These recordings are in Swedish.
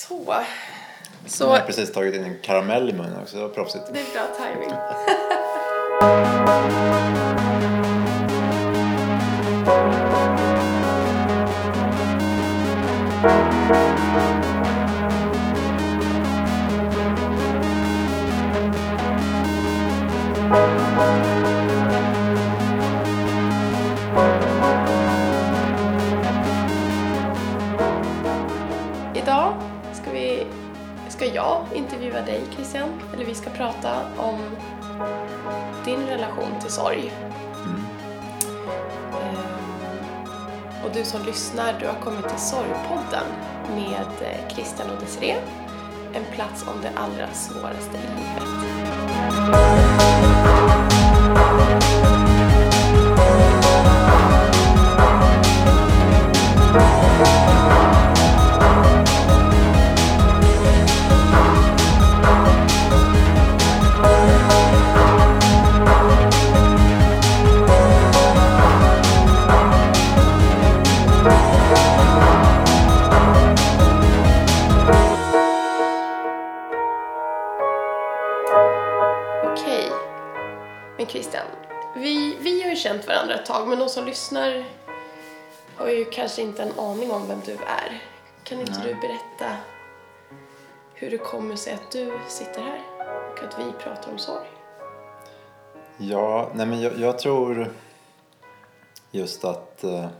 Så jag har precis tagit in en karamell i munnen också, det var proffsigt. det är bra timing. Idag ska jag intervjua dig, Christian. Eller vi ska prata om din relation till sorg. Och du som lyssnar, du har kommit till Sorgpodden med Christian och Desiree. En plats om det allra svåraste i livet. Okej. Men Christian, vi har ju känt varandra ett tag, men de som lyssnar har ju kanske inte en aning om vem du är. Kan inte du berätta hur det kommer sig att du sitter här och att vi pratar om sorg? Ja, nej men jag tror just att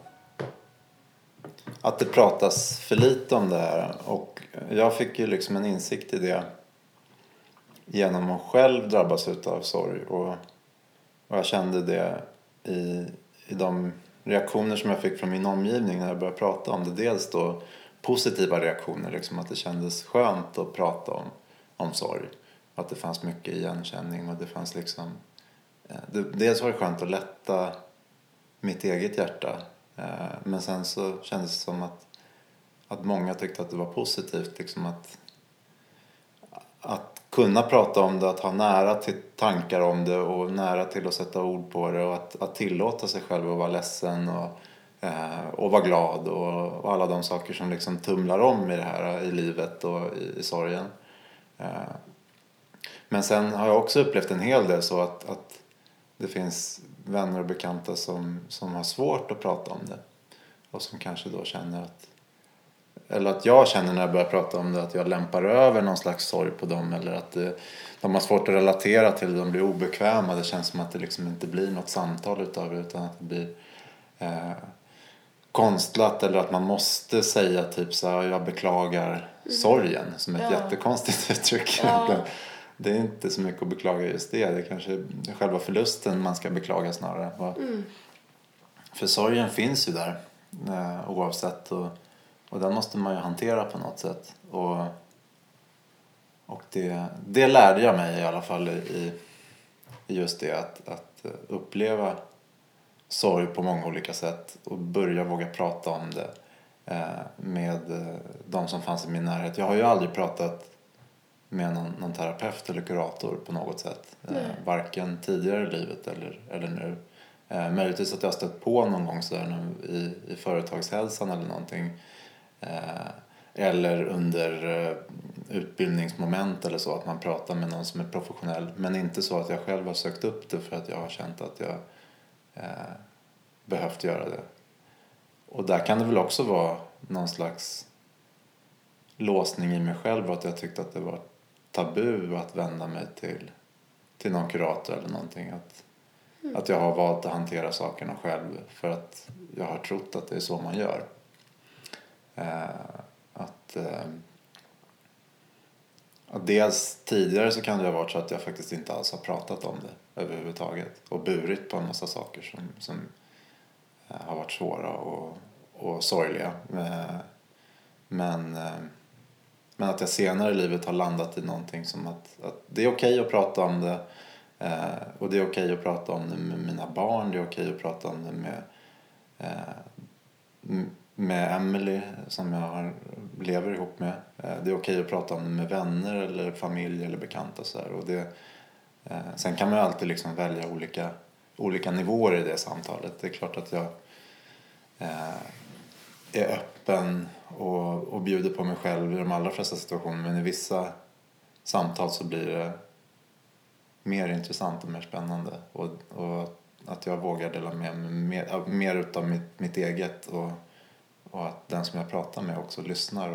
det pratas för lite om det här. Och jag fick ju liksom en insikt i det genom att själv drabbas av sorg. Och jag kände det i de reaktioner som jag fick från min omgivning när jag började prata om det. Dels då positiva reaktioner, liksom att det kändes skönt att prata om sorg. Att det fanns mycket igenkänning och det fanns liksom... Dels var det skönt att lätta mitt eget hjärta. Men sen så kändes det som att många tyckte att det var positivt. Liksom att kunna prata om det, att ha nära till tankar om det och nära till att sätta ord på det. Och att tillåta sig själv att vara ledsen och vara glad. Och alla de saker som liksom tumlar om i det här i livet och i sorgen. Men sen har jag också upplevt en hel del så att det finns vänner och bekanta som har svårt att prata om det. Och som kanske då känner eller att jag känner när jag börjar prata om det att jag lämpar över någon slags sorg på dem. Eller att de har svårt att relatera till det, de blir obekväma. Det känns som att det liksom inte blir något samtal utav det, utan att det blir konstlat. Eller att man måste säga typ så här, jag beklagar sorgen, som ett jättekonstigt uttryck. Ja. Det är inte så mycket att beklaga just det. Det är kanske själva förlusten man ska beklaga snarare. För sorgen finns ju där oavsett. Och den måste man ju hantera på något sätt. Och det lärde jag mig i alla fall i just det. Att uppleva sorg på många olika sätt. Och börja våga prata om det med de som fanns i min närhet. Jag har ju aldrig pratat med någon terapeut eller kurator på något sätt. Varken tidigare i livet eller nu. Möjligtvis att jag har stött på någon gång så där i företagshälsan eller någonting. Eller under utbildningsmoment eller så, att man pratar med någon som är professionell. Men inte så att jag själv har sökt upp det för att jag har känt att jag behövt göra det. Och där kan det väl också vara någon slags låsning i mig själv, att jag tyckte att det var tabu att vända mig till någon kurator eller någonting. Att jag har valt att hantera sakerna själv för att jag har trott att det är så man gör. Att dels tidigare så kan det ha varit så att jag faktiskt inte alls har pratat om det överhuvudtaget. Och burit på en massa saker som har varit svåra och sorgliga. Men att jag senare i livet har landat i någonting som att det är okej att prata om det. Och det är okej att prata om det med mina barn. Det är okej att prata om det med Emily som jag lever ihop med. Det är okej att prata om det med vänner eller familj eller bekanta. Så här. Och sen kan man ju alltid liksom välja olika nivåer i det samtalet. Det är klart att jag är öppen och bjuder på mig själv i de allra flesta situationer. Men i vissa samtal så blir det mer intressant och mer spännande. Och att jag vågar dela med mig mer utav mitt eget. Och att den som jag pratar med också lyssnar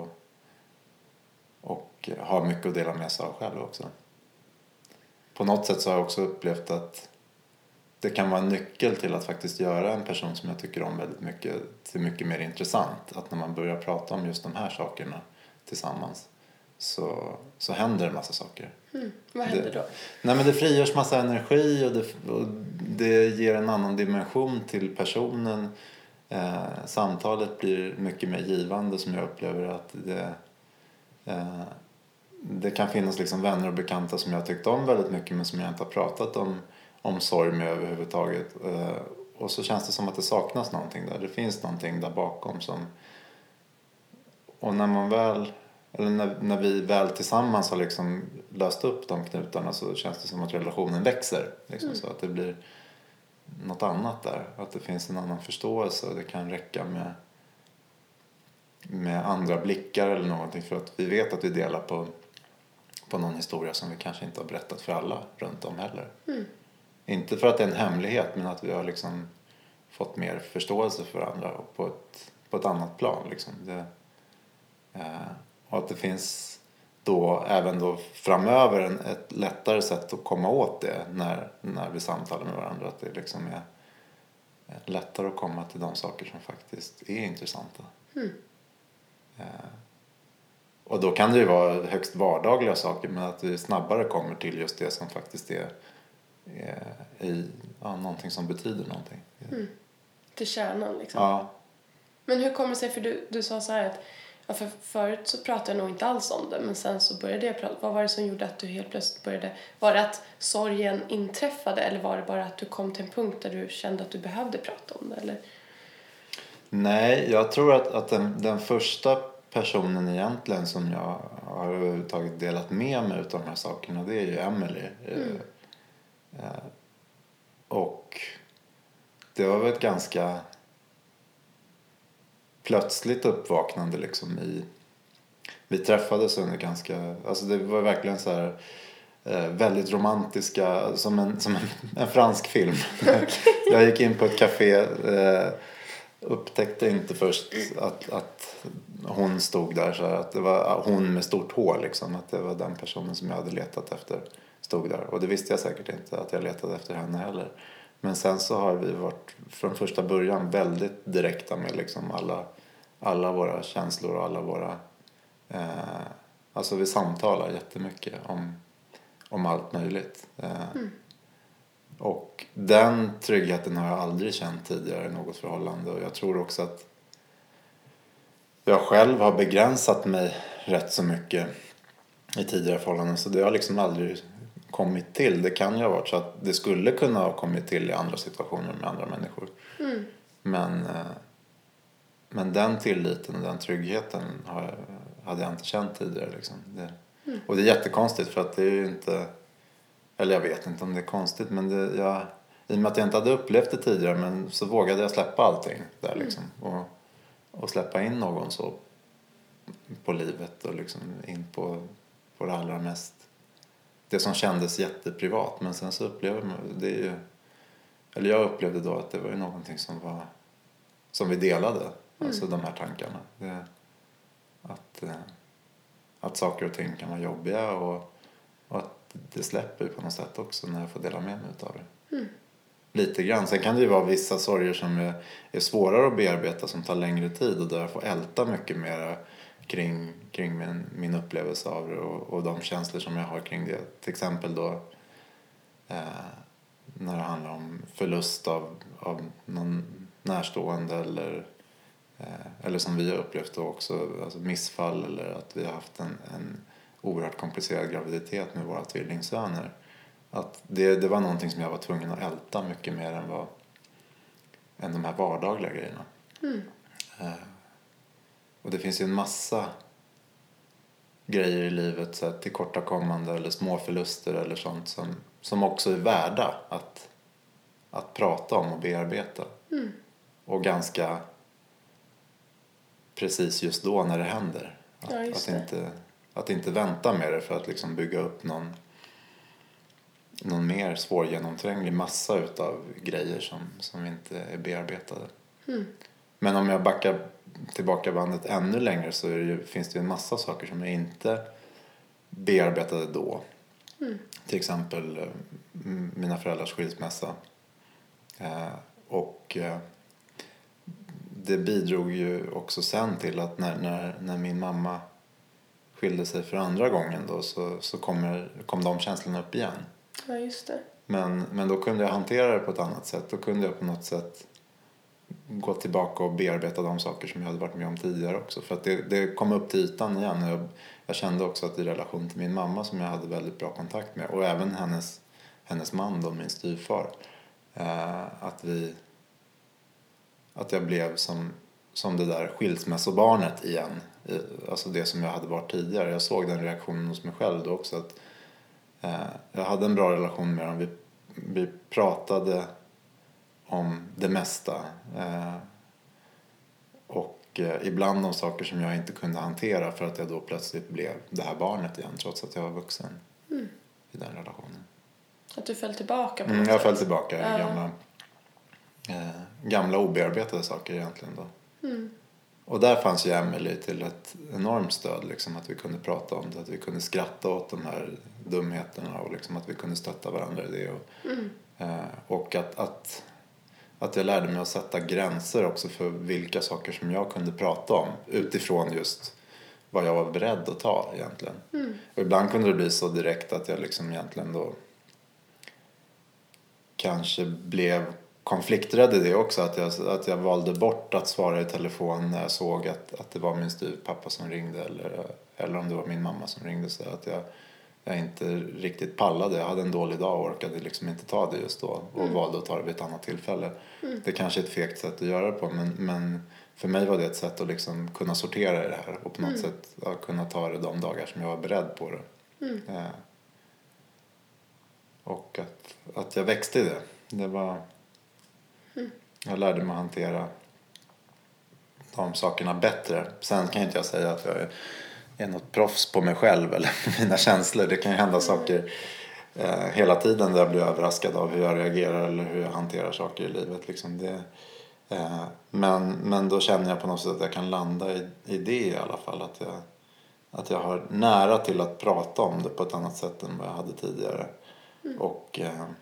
och har mycket att dela med sig av själv också. På något sätt så har jag också upplevt att det kan vara en nyckel till att faktiskt göra en person som jag tycker om väldigt mycket till mycket mer intressant. Att när man börjar prata om just de här sakerna tillsammans så händer en massa saker. Vad händer då? Nej, men det frigörs massa energi och det ger en annan dimension till personen. Samtalet blir mycket mer givande, som jag upplever att det kan finnas liksom vänner och bekanta som jag tyckt om väldigt mycket men som jag inte har pratat om sorg med överhuvudtaget. Och så känns det som att det saknas någonting där. Det finns någonting där bakom och när vi väl tillsammans har liksom löst upp de knutarna så känns det som att relationen växer. Liksom, så att det blir något annat där. Att det finns en annan förståelse och det kan räcka med andra blickar eller någonting för att vi vet att vi delar på någon historia som vi kanske inte har berättat för alla runt om heller. Inte för att det är en hemlighet men att vi har liksom fått mer förståelse för varandra och på ett annat plan liksom. Och att det finns då även då framöver ett lättare sätt att komma åt det när vi samtalar med varandra. Att det liksom är lättare att komma till de saker som faktiskt är intressanta. Och då kan det ju vara högst vardagliga saker men att vi snabbare kommer till just det som faktiskt är någonting som betyder någonting. Till kärnan liksom. Ja. Men hur kommer det sig, för du sa så här att för förut så pratade jag nog inte alls om det men sen så började jag prata. Vad var det som gjorde att du helt plötsligt började? Var det att sorgen inträffade eller var det bara att du kom till en punkt där du kände att du behövde prata om det? Eller? Nej, jag tror att den första personen egentligen som jag har överhuvudtaget delat med mig utav de här sakerna det är ju Emily. Och det var väl ett ganska plötsligt uppvaknande liksom vi träffades under ganska, alltså det var verkligen så här väldigt romantiska som en fransk film. Jag gick in på ett café upptäckte inte först att hon stod där så här, att det var hon med stort hår liksom, att det var den personen som jag hade letat efter stod där och det visste jag säkert inte att jag letade efter henne heller. Men sen så har vi varit från första början väldigt direkta med liksom alla våra känslor och alla våra alltså vi samtalar jättemycket om allt möjligt. Och den tryggheten har jag aldrig känt tidigare i något förhållande och jag tror också att jag själv har begränsat mig rätt så mycket i tidigare förhållanden så det har liksom aldrig kommit till. Det kan ju ha varit så att det skulle kunna ha kommit till i andra situationer med andra människor. Men den tilliten och den tryggheten hade jag inte känt tidigare liksom. Och det är jättekonstigt för att det är ju inte, eller jag vet inte om det är konstigt men i och med att jag inte hade upplevt det tidigare men så vågade jag släppa allting där liksom och släppa in någon så på livet och liksom in på det allra mest det som kändes jätteprivat men sen så upplever man det är ju, eller jag upplevde då att det var ju någonting som vi delade alltså de här tankarna att saker och ting kan vara jobbiga och att det släpper på något sätt också när jag får dela med mig utav det. Lite grann. Sen kan det ju vara vissa sorger som är svårare att bearbeta som tar längre tid och där jag får älta mycket mer kring min upplevelse av det och de känslor som jag har kring det. Till exempel då när det handlar om förlust av någon närstående eller som vi har upplevt då också alltså missfall eller att vi har haft en oerhört komplicerad graviditet med våra tvillingsöner. Att det var någonting som jag var tvungen att älta mycket mer än de här vardagliga grejerna. Och det finns ju en massa grejer i livet så här, tillkortakommande eller små förluster eller sånt som också är värda att prata om och bearbeta. Och ganska precis just då när det händer. Att inte vänta med det för att liksom bygga upp någon mer svårgenomtränglig massa utav grejer som inte är bearbetade. Men om jag backar tillbaka bandet ännu längre så finns det ju en massa saker som jag inte bearbetade då. Till exempel mina föräldrars skilsmässa. Och det bidrog ju också sen till att när min mamma skilde sig för andra gången då så kom de känslorna upp igen. Ja, just det. Men då kunde jag hantera det på ett annat sätt. Då kunde jag på något sätt gå tillbaka och bearbeta de saker som jag hade varit med om tidigare också. För att det kom upp till ytan igen. Jag kände också att i relation till min mamma som jag hade väldigt bra kontakt med. Och även hennes man då, min styvfar. Att jag blev som det där skilsmässobarnet igen. Alltså det som jag hade varit tidigare. Jag såg den reaktionen hos mig själv då också. Att jag hade en bra relation med dem. Vi pratade om det mesta. Och ibland om saker som jag inte kunde hantera för att jag då plötsligt blev det här barnet igen trots att jag var vuxen i den relationen. Att du föll tillbaka på något sätt? Jag föll tillbaka i gamla obearbetade saker egentligen då. Och där fanns ju Emily till ett enormt stöd liksom, att vi kunde prata om det, att vi kunde skratta åt de här dumheterna och liksom, att vi kunde stötta varandra i det och att jag lärde mig att sätta gränser också för vilka saker som jag kunde prata om utifrån just vad jag var beredd att ta egentligen. Och ibland kunde det bli så direkt att jag liksom egentligen då kanske blev konflikträdd i det också, att jag valde bort att svara i telefon när jag såg att det var min styvpappa som ringde eller om det var min mamma som ringde, så att jag inte riktigt pallade. Jag hade en dålig dag och orkade liksom inte ta det just då och valde att ta det vid ett annat tillfälle. Det är kanske ett fegt sätt att göra det på, men för mig var det ett sätt att liksom kunna sortera i det här och på något sätt kunna ta det de dagar som jag var beredd på det. Och att jag växte i det. Det var... Jag lärde mig att hantera de sakerna bättre. Sen kan inte jag säga att jag är något proffs på mig själv eller mina känslor. Det kan ju hända saker hela tiden där jag blir överraskad av hur jag reagerar eller hur jag hanterar saker i livet. Liksom men då känner jag på något sätt att jag kan landa i det i alla fall. Att jag har nära till att prata om det på ett annat sätt än vad jag hade tidigare. Och...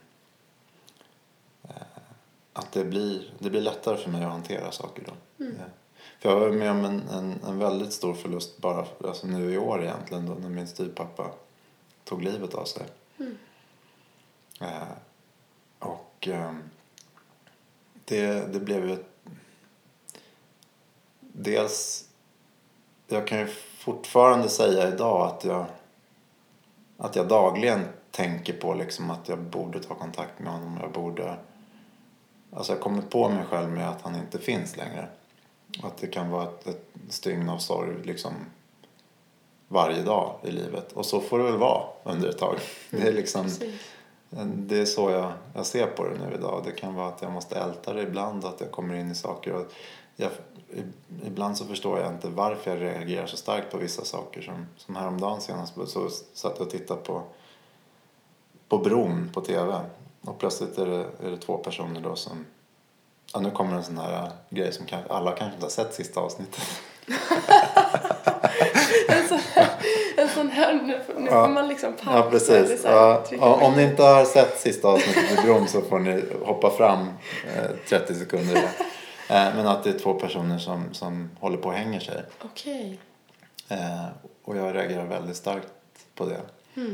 att det blir lättare för mig att hantera saker då. För jag var med om en väldigt stor förlust bara alltså nu i år egentligen då, när min styvpappa tog livet av sig. Och det blev ju dels jag kan ju fortfarande säga idag att jag dagligen tänker på liksom att jag borde ta kontakt med honom. Alltså jag kommer på mig själv med att han inte finns längre. Att det kan vara ett stygn av sorg liksom varje dag i livet. Och så får det väl vara under ett tag. Det är liksom, det är så jag ser på det nu idag. Det kan vara att jag måste älta det ibland, att jag kommer in i saker. Och ibland så förstår jag inte varför jag reagerar så starkt på vissa saker. Som häromdagen senast så satt jag och tittade på Bron på tv. Och plötsligt är det två personer då som... Ja, nu kommer en sån här grej som alla kanske inte har sett sista avsnittet. en sån här... Nu får man liksom pausa. Ja, precis. Om ni inte har sett sista avsnittet i Bron så får ni hoppa fram 30 sekunder. Men att det är två personer som håller på och hänger sig. Okej. Och jag reagerar väldigt starkt på det.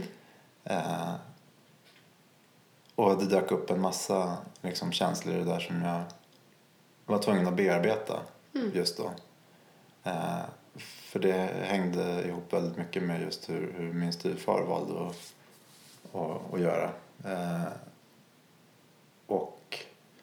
Och det dök upp en massa liksom, känslor i det där som jag var tvungen att bearbeta just då. För det hängde ihop väldigt mycket med just hur min styvfar valde att göra. Och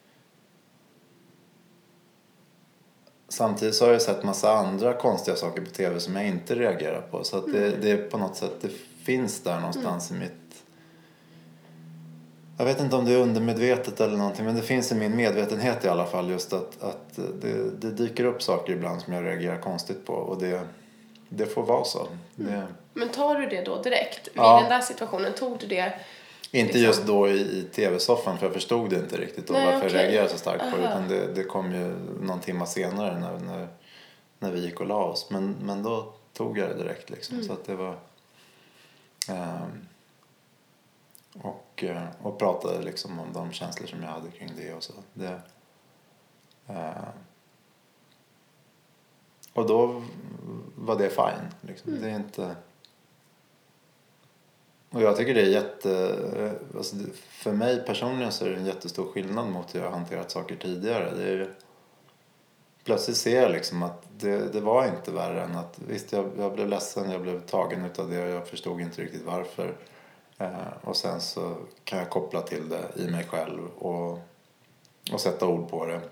samtidigt så har jag sett massa andra konstiga saker på tv som jag inte reagerar på. Så att det är på något sätt, det finns där någonstans Jag vet inte om det är undermedvetet eller någonting, men det finns i min medvetenhet i alla fall just att det dyker upp saker ibland som jag reagerar konstigt på, och det får vara så. Men tar du det då direkt? Ja. Vid den där situationen, tog du det? Inte liksom just då i tv-soffan, för jag förstod det inte riktigt då, varför jag reagerade så starkt på det, utan det kom ju någon timma senare när vi gick och la oss. Men då tog jag det direkt liksom, så att det var... Och pratade liksom om de känslor som jag hade kring det och så. Och då var det fine. Liksom. Det är inte... Och jag tycker det är alltså för mig personligen så är det en jättestor skillnad mot hur jag har hanterat saker tidigare. Det är, plötsligt ser jag liksom att det var inte värre än att visst jag blev ledsen, jag blev tagen utav det och jag förstod inte riktigt varför. Och sen så kan jag koppla till det i mig själv och sätta ord på det.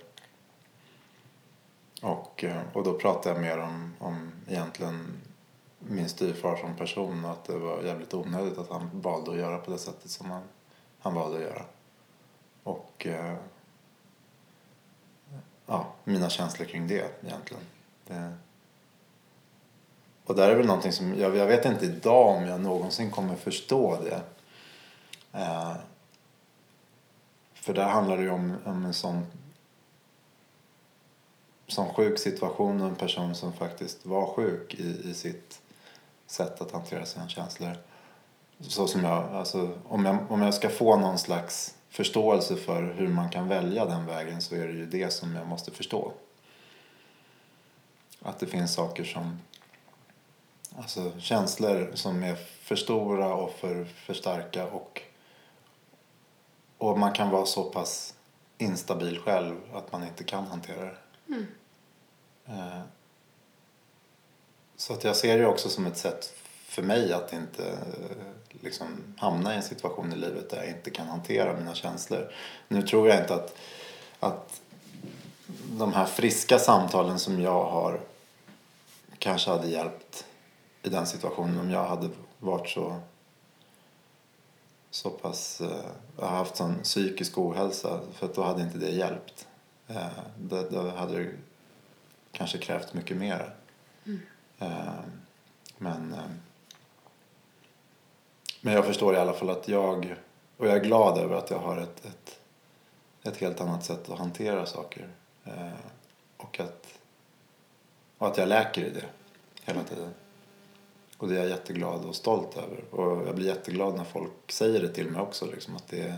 Och då pratar jag mer om egentligen min styvfar som person, och att det var jävligt onödigt att han valde att göra på det sättet som han valde att göra. Och mina känslor kring det egentligen. Och där är väl någonting som jag vet inte idag om jag någonsin kommer förstå det. För där handlar det ju om en sån sjuk situation och en person som faktiskt var sjuk i sitt sätt att hantera sina känslor. Så som om jag ska få någon slags förståelse för hur man kan välja den vägen, så är det ju det som jag måste förstå. Att det finns saker som, alltså känslor som är för stora och för starka, och man kan vara så pass instabil själv att man inte kan hantera det. Så att jag ser det också som ett sätt för mig att inte liksom hamna i en situation i livet där jag inte kan hantera mina känslor. Nu tror jag inte att de här friska samtalen som jag har kanske hade hjälpt i den situationen om jag hade varit så pass jag har haft sån psykisk ohälsa, för att då hade inte det hjälpt. Då hade det kanske krävt mycket mer. Men jag förstår i alla fall att jag är glad över att jag har ett helt annat sätt att hantera saker. Och att jag läker i det hela tiden. Och det är jag jätteglad och stolt över. Och jag blir jätteglad när folk säger det till mig också. Liksom, att det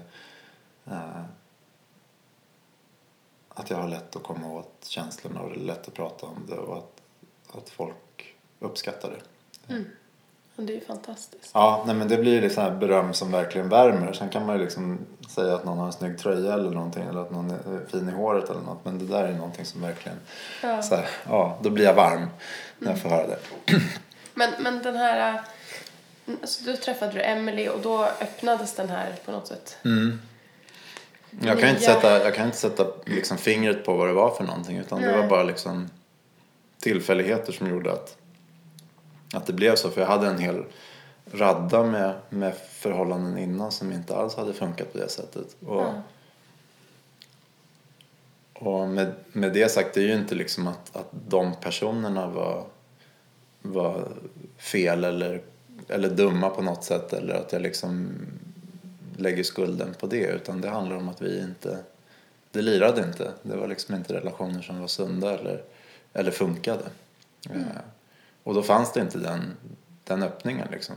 att jag har lätt att komma åt känslorna och det är lätt att prata om det. Och att folk uppskattar det. Och det är ju fantastiskt. Ja, nej, men det blir liksom här beröm som verkligen värmer. Sen kan man ju liksom säga att någon har en snygg tröja eller någonting, eller att någon är fin i håret eller något. Men det där är någonting som verkligen så här, då blir jag varm när jag får höra det. Men den här, alltså då träffade du Emily och då öppnades den här på något sätt. Jag kan inte sätta liksom fingret på vad det var för någonting, utan det var bara liksom tillfälligheter som gjorde att det blev så. För jag hade en hel radda med förhållanden innan som inte alls hade funkat på det sättet. Och med det sagt, det är ju inte liksom att de personerna var fel eller dumma på något sätt, eller att jag liksom lägger skulden på det, utan det handlar om att det lirade inte. Det var liksom inte relationer som var sunda eller funkade. Och då fanns det inte den öppningen liksom.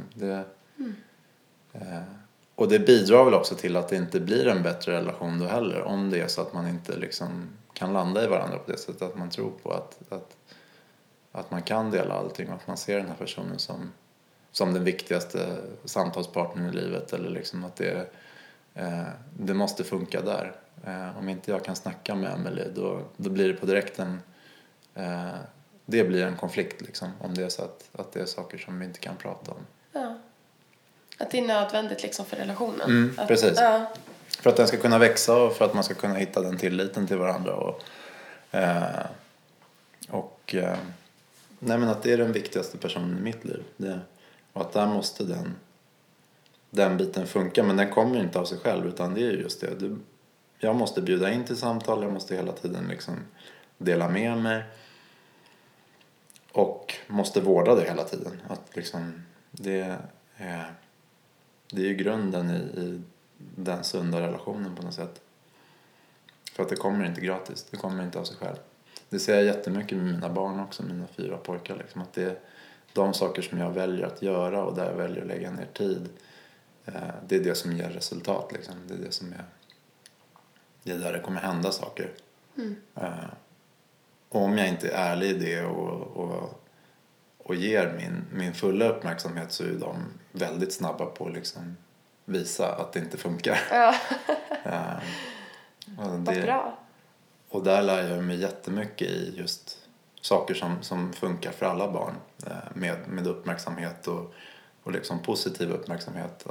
Och det bidrar väl också till att det inte blir en bättre relation då heller, om det är så att man inte liksom kan landa i varandra på det sättet, att man tror på att man kan dela allting och att man ser den här personen som den viktigaste samtalspartnern i livet, eller liksom att det måste funka där. Om inte jag kan snacka med Emily, då blir det på direkten det blir en konflikt liksom, om det är så att det är saker som vi inte kan prata om. Ja. Att det är nödvändigt liksom för relationen. Precis. För att den ska kunna växa och för att man ska kunna hitta den tilliten till varandra. Nej, men att det är den viktigaste personen i mitt liv. Och att där måste den biten funkar. Men den kommer inte av sig själv, utan det är just det. Jag måste bjuda in till samtal, jag måste hela tiden liksom dela med mig. Och måste vårda det hela tiden. Att liksom, det är ju grunden i den sunda relationen på något sätt. För att det kommer inte gratis, det kommer inte av sig själv. Det ser jag jättemycket med mina barn också, mina 4 pojkar. Liksom, att det är de saker som jag väljer att göra och där jag väljer att lägga ner tid. Det är det som ger resultat. Liksom. Det är det som det är där det kommer hända saker. Och om jag inte är ärlig i det och ger min fulla uppmärksamhet, så är de väldigt snabba på att liksom visa att det inte funkar. Ja. Vad bra. Och där lär jag mig jättemycket i just saker som funkar för alla barn. Med uppmärksamhet och liksom positiv uppmärksamhet.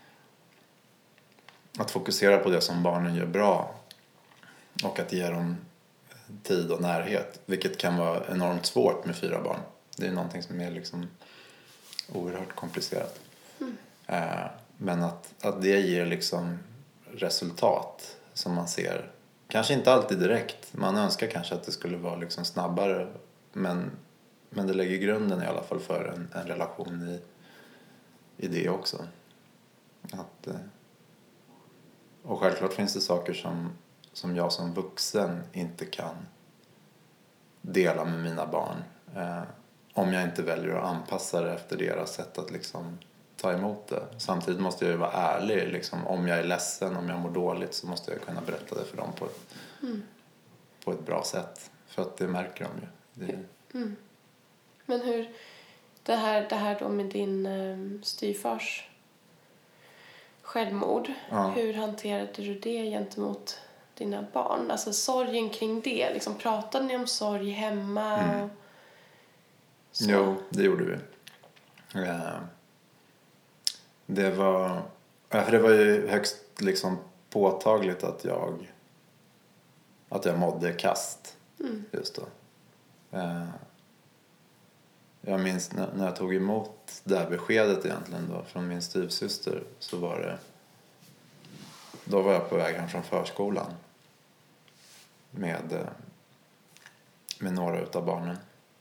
Att fokusera på det som barnen gör bra. Och att ge dem tid och närhet. Vilket kan vara enormt svårt med 4 barn. Det är någonting som är liksom oerhört komplicerat. Men att det ger liksom resultat som man ser. Kanske inte alltid direkt. Man önskar kanske att det skulle vara liksom snabbare. Men det lägger grunden i alla fall för en relation i det också. Och självklart finns det saker som jag som vuxen inte kan dela med mina barn. Om jag inte väljer att anpassa det efter deras sätt att liksom ta emot det. Samtidigt måste jag ju vara ärlig. Liksom, om jag är ledsen, om jag mår dåligt, så måste jag kunna berätta det för dem på ett bra sätt. För att det märker de ju. Men hur, det här då med din styvfars självmord, hur hanterade du det gentemot dina barn? Alltså sorgen kring det. Liksom, pratade ni om sorg hemma? Och så? Jo, det gjorde vi. Det var ju högst liksom påtagligt att jag mådde kast just då. Jag minns när jag tog emot det här beskedet egentligen då från min styvsyster, så då var jag på väg hem från förskolan med några utav barnen.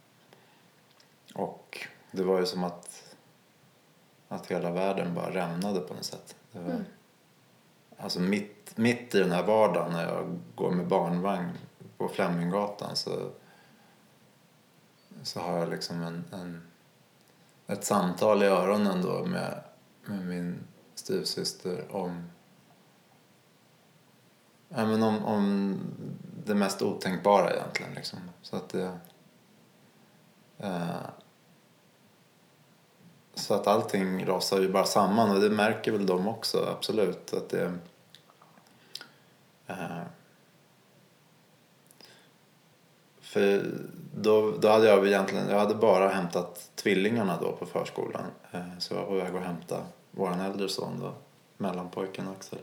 Och det var ju som att hela världen bara rämnade på något sätt. Det var, alltså mitt i den här vardagen när jag går med barnvagn på Fleminggatan, så har jag liksom ett samtal i öronen då med min styvsyster om det mest otänkbara egentligen liksom. Så att så att allting rasar ju bara samman, och det märker väl de också, absolut, att det för då hade jag hade bara hämtat tvillingarna då på förskolan, så jag var på väg att hämta våran äldre son då, mellanpojken Axel.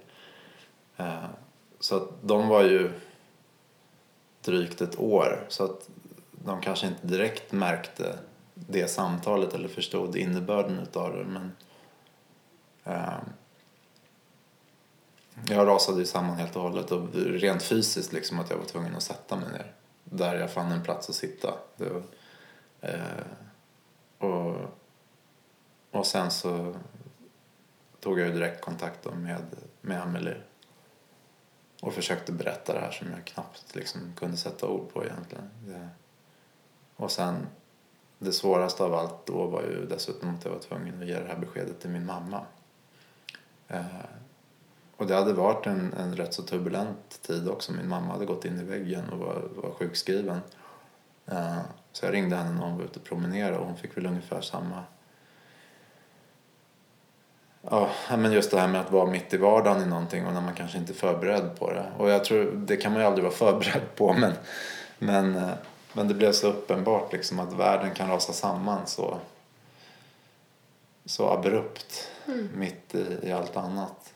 Så att de var ju drygt ett år, så att de kanske inte direkt märkte det samtalet eller förstod innebörden utav det, men jag rasade ju samman helt och hållet, och rent fysiskt liksom, att jag var tvungen att sätta mig ner där jag fann en plats att sitta. Och sen så tog jag ju direkt kontakt då med Amelie och försökte berätta det här som jag knappt liksom kunde sätta ord på egentligen. Och sen det svåraste av allt då var ju dessutom att jag var tvungen att ge det här beskedet till min mamma. Och det hade varit en rätt så turbulent tid också. Min mamma hade gått in i väggen och var sjukskriven. Så jag ringde henne när hon var ute och promenerade, och hon fick väl ungefär samma... Ja, men just det här med att vara mitt i vardagen i någonting och när man kanske inte är förberedd på det. Och jag tror, det kan man ju aldrig vara förberedd på, men det blev så uppenbart liksom att världen kan rasa samman så abrupt mitt i allt annat.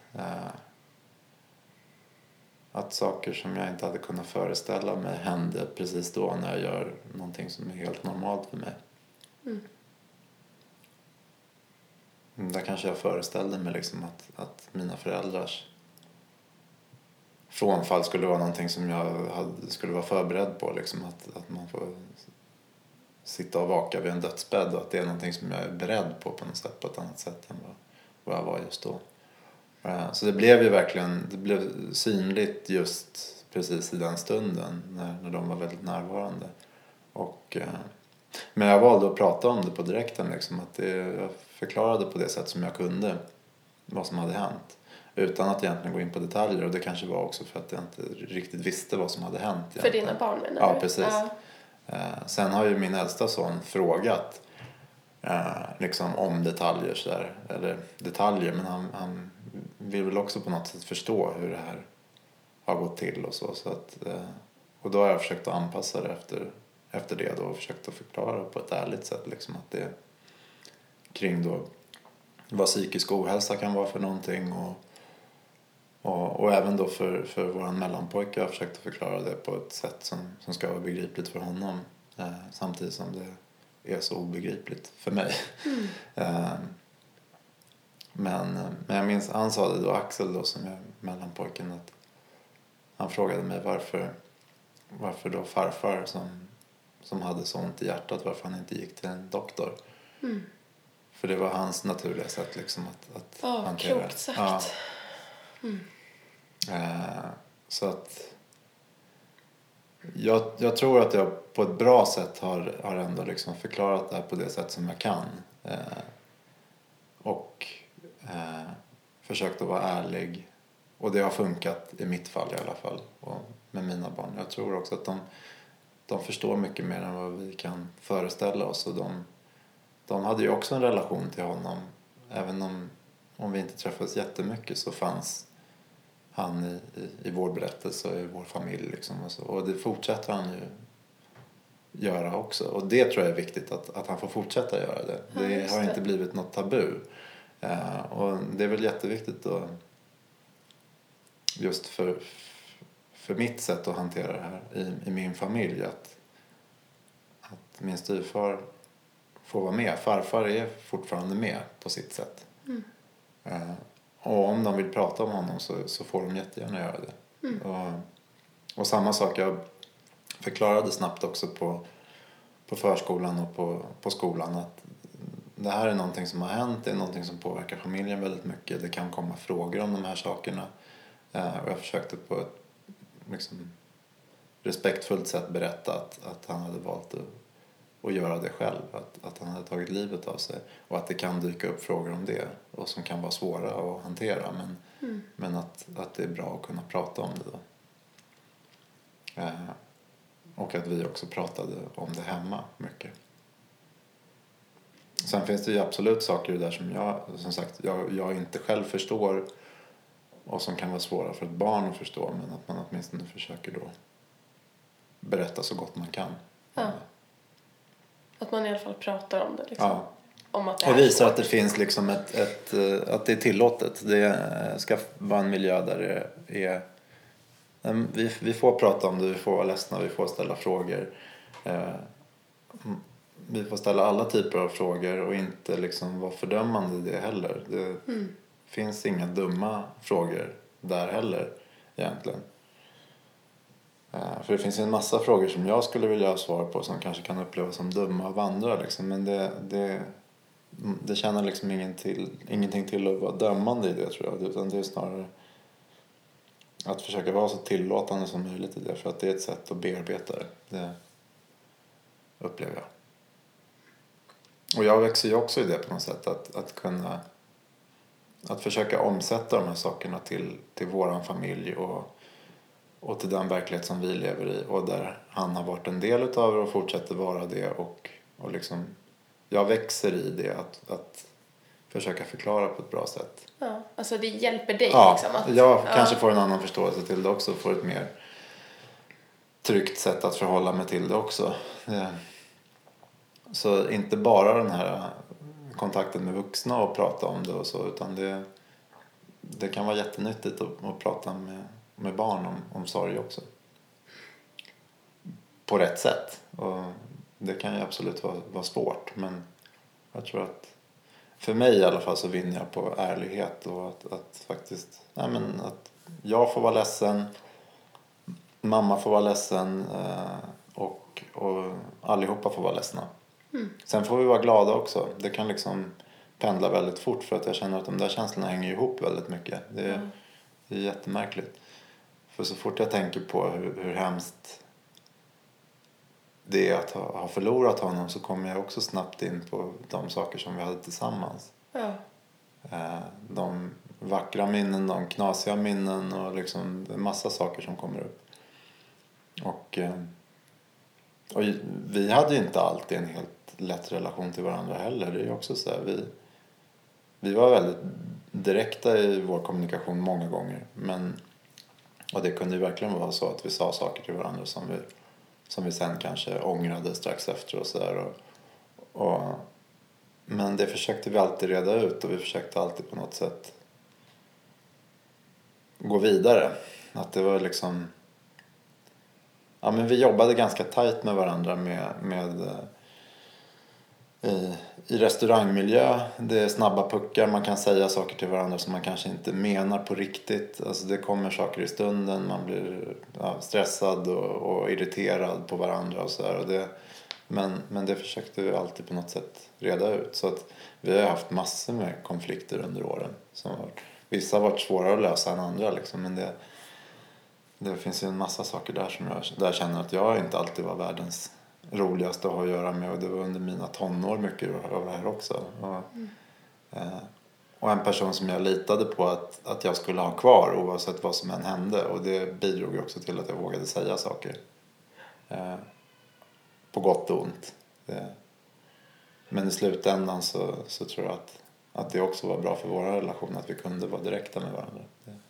Att saker som jag inte hade kunnat föreställa mig hände precis då när jag gör någonting som är helt normalt för mig. där kanske jag föreställde mig liksom att mina föräldrars frånfall skulle vara någonting som skulle vara förberedd på. Liksom, att man får sitta och vaka vid en dödsbädd och att det är någonting som jag är beredd på något sätt, på ett annat sätt än vad jag var just då. Så det blev ju verkligen, det blev synligt just precis i den stunden när de var väldigt närvarande. Men jag valde att prata om det på direkten liksom, att jag förklarade på det sätt som jag kunde vad som hade hänt utan att egentligen gå in på detaljer, och det kanske var också för att jag inte riktigt visste vad som hade hänt egentligen. För dina barn menar du? Ja, precis. Sen har ju min äldsta son frågat liksom om detaljer så där, eller detaljer, men han vill väl också på något sätt förstå hur det här har gått till och så att, och då har jag försökt att anpassa det efter det då, och försökt att förklara på ett ärligt sätt liksom, att det kring då vad psykisk ohälsa kan vara för någonting, och även då för våran mellanpojke har jag försökt att förklara det på ett sätt som ska vara begripligt för honom, samtidigt som det är så obegripligt för mig. Men jag minns, han sa det då, Axel då, som är mellanpojken, att han frågade mig varför då farfar som hade så ont i hjärtat, varför han inte gick till en doktor. För det var hans naturliga sätt liksom att hantera. Klokt sagt. Så att jag tror att jag på ett bra sätt har ändå liksom förklarat det här på det sätt som jag kan. Och försökt att vara ärlig. Och det har funkat i mitt fall i alla fall. Och med mina barn. Jag tror också att de förstår mycket mer än vad vi kan föreställa oss. Och de hade ju också en relation till honom. Även om vi inte träffades jättemycket, så fanns han i vår berättelse och i vår familj. Liksom, och det fortsätter han ju göra också. Och det tror jag är viktigt, att han får fortsätta göra det. Det har inte blivit något tabu. Och det är väl jätteviktigt då, just för mitt sätt att hantera det här i min familj, att min styvfar får vara med. Farfar är fortfarande med på sitt sätt. Och om de vill prata om honom så får de jättegärna göra det. Och samma sak, jag förklarade snabbt också på förskolan och på skolan att det här är någonting som har hänt, det är någonting som påverkar familjen väldigt mycket. Det kan komma frågor om de här sakerna. Och jag försökte på ett liksom respektfullt sätt berätta att han hade valt att göra det själv. Att han hade tagit livet av sig. Och att det kan dyka upp frågor om det. Och som kan vara svåra att hantera. Men att det är bra att kunna prata om det då. Och att vi också pratade om det hemma mycket. Sen finns det ju absolut saker där som jag inte själv förstår. Och som kan vara svåra för ett barn att förstå. Men att man åtminstone försöker då berätta så gott man kan. Ja. Att man i alla fall pratar om det. Liksom. Ja. Om att det och visar svårt. att det finns liksom att det är tillåtet. Det ska vara en miljö där det är... Vi får prata om det, vi får vara ledsna, vi får ställa frågor. Vi får ställa alla typer av frågor och inte liksom vara fördömande i det heller. Det finns inga dumma frågor där heller egentligen. För det finns en massa frågor som jag skulle vilja ha svar på som kanske kan upplevas som dumma av andra. Liksom. Men det känner liksom ingenting till att vara dömande i det, tror jag. Utan det är snarare att försöka vara så tillåtande som möjligt i det. För att det är ett sätt att bearbeta det. Det upplever jag. Och jag växer ju också i det på något sätt. Att försöka omsätta de här sakerna till våran familj och till den verklighet som vi lever i. Och där han har varit en del utav det och fortsätter vara det. Och liksom, jag växer i det att försöka förklara på ett bra sätt. Ja, alltså det hjälper dig liksom. Att, jag kanske får en annan förståelse till det också. Får ett mer tryggt sätt att förhålla mig till det också. Så inte bara den här kontakten med vuxna och prata om det och så. Utan det kan vara jättenyttigt att prata med barn om sorg också. På rätt sätt. Och det kan ju absolut vara svårt. Men jag tror att för mig i alla fall så vinner jag på ärlighet och att faktiskt, att jag får vara ledsen, mamma får vara ledsen och allihopa får vara ledsna. Sen får vi vara glada också. Det kan liksom pendla väldigt fort för att jag känner att de där känslorna hänger ihop väldigt mycket. Det är jättemärkligt. För så fort jag tänker på hur hemskt det är att ha förlorat honom så kommer jag också snabbt in på de saker som vi hade tillsammans. Ja. De vackra minnen, de knasiga minnen och liksom en massa saker som kommer upp. Och vi hade ju inte alltid en helt lätt relation till varandra heller. Det är ju också så här, vi var väldigt direkta i vår kommunikation många gånger. Och det kunde ju verkligen vara så att vi sa saker till varandra som vi sen kanske ångrade strax efter och sådär. Men det försökte vi alltid reda ut och vi försökte alltid på något sätt gå vidare. Att det var liksom... Ja, men vi jobbade ganska tajt med varandra i restaurangmiljö. Det är snabba puckar, man kan säga saker till varandra som man kanske inte menar på riktigt. Alltså det kommer saker i stunden, man blir stressad och irriterad på varandra och sådär. Men det försökte vi alltid på något sätt reda ut. Så att vi har haft massor med konflikter under åren. Vissa har varit svårare att lösa än andra liksom, men det finns ju en massa saker där som jag känner att jag inte alltid var världens roligaste att ha att göra med. Och det var under mina tonår mycket av det här också. Och en person som jag litade på att jag skulle ha kvar oavsett vad som än hände. Och det bidrog ju också till att jag vågade säga saker. På gott och ont. Men i slutändan så tror jag att det också var bra för vår relation. Att vi kunde vara direkta med varandra.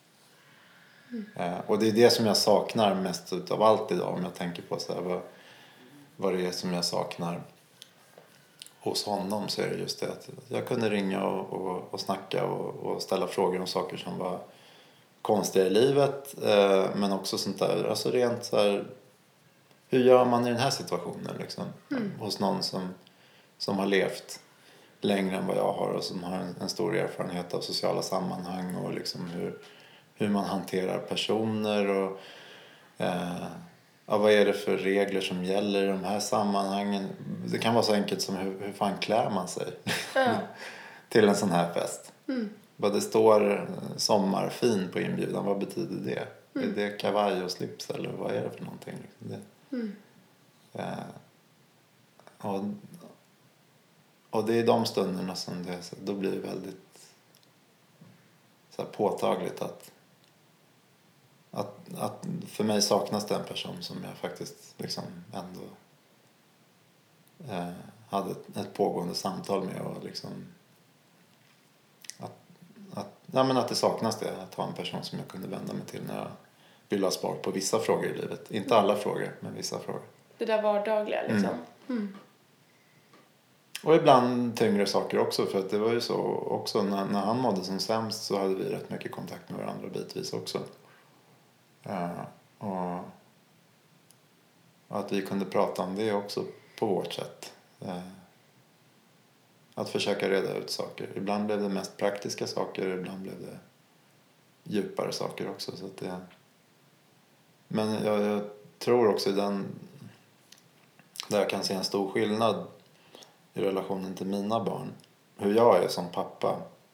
Och det är det som jag saknar mest av allt idag. Om jag tänker på så här, vad det är som jag saknar hos honom, så är det just det att jag kunde ringa och snacka och ställa frågor om saker som var konstiga i livet. Men också sånt där, alltså rent så här, hur gör man i den här situationen liksom? Hos någon som har levt längre än vad jag har och som har en stor erfarenhet av sociala sammanhang och liksom hur man hanterar personer och vad är det för regler som gäller i de här sammanhangen. Det kan vara så enkelt som hur fan klär man sig till en sån här fest. Vad det står sommarfin på inbjudan, vad betyder det? Är det kavaj och slips eller vad är det för någonting? Och det är de stunderna som då blir det väldigt så här påtagligt att för mig saknas det en person som jag faktiskt liksom ändå hade ett pågående samtal med och liksom att det saknas det, att ha en person som jag kunde vända mig till när jag ville ha svar på vissa frågor i livet. Inte alla frågor, men vissa frågor. Det där vardagliga liksom. Och ibland tyngre saker också, för att det var ju så också när han mådde som sämst så hade vi rätt mycket kontakt med varandra bitvis också. Och att vi kunde prata om det också på vårt sätt. Att försöka reda ut saker. Ibland blev det mest praktiska saker, ibland blev det djupare saker också. Så att men jag tror också där jag kan se en stor skillnad i relationen till mina barn. Hur jag är som pappa.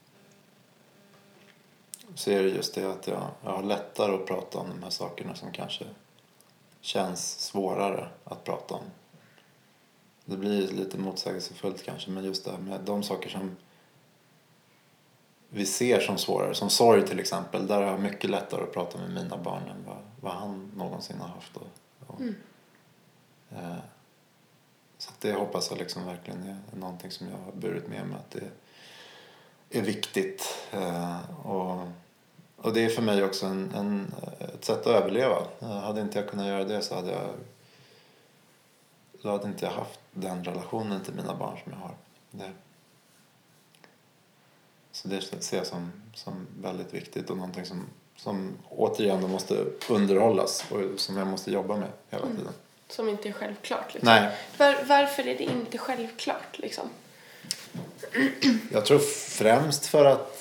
Så är det just det att jag har lättare att prata om de här sakerna som kanske känns svårare att prata om. Det blir lite motsägelsefullt kanske, men just det här med de saker som vi ser som svårare, som sorg till exempel, där har jag mycket lättare att prata med mina barn än vad han någonsin har haft. Så att det hoppas jag liksom verkligen är någonting som jag har burit med mig, att det är viktigt. Och det är för mig också ett sätt att överleva. Hade inte jag kunnat göra det så hade inte jag haft den relationen till mina barn som jag har. Så det ser jag som väldigt viktigt och någonting som återigen måste underhållas och som jag måste jobba med hela tiden. Som inte är självklart liksom. Nej. Varför är det inte självklart liksom? Jag tror främst för att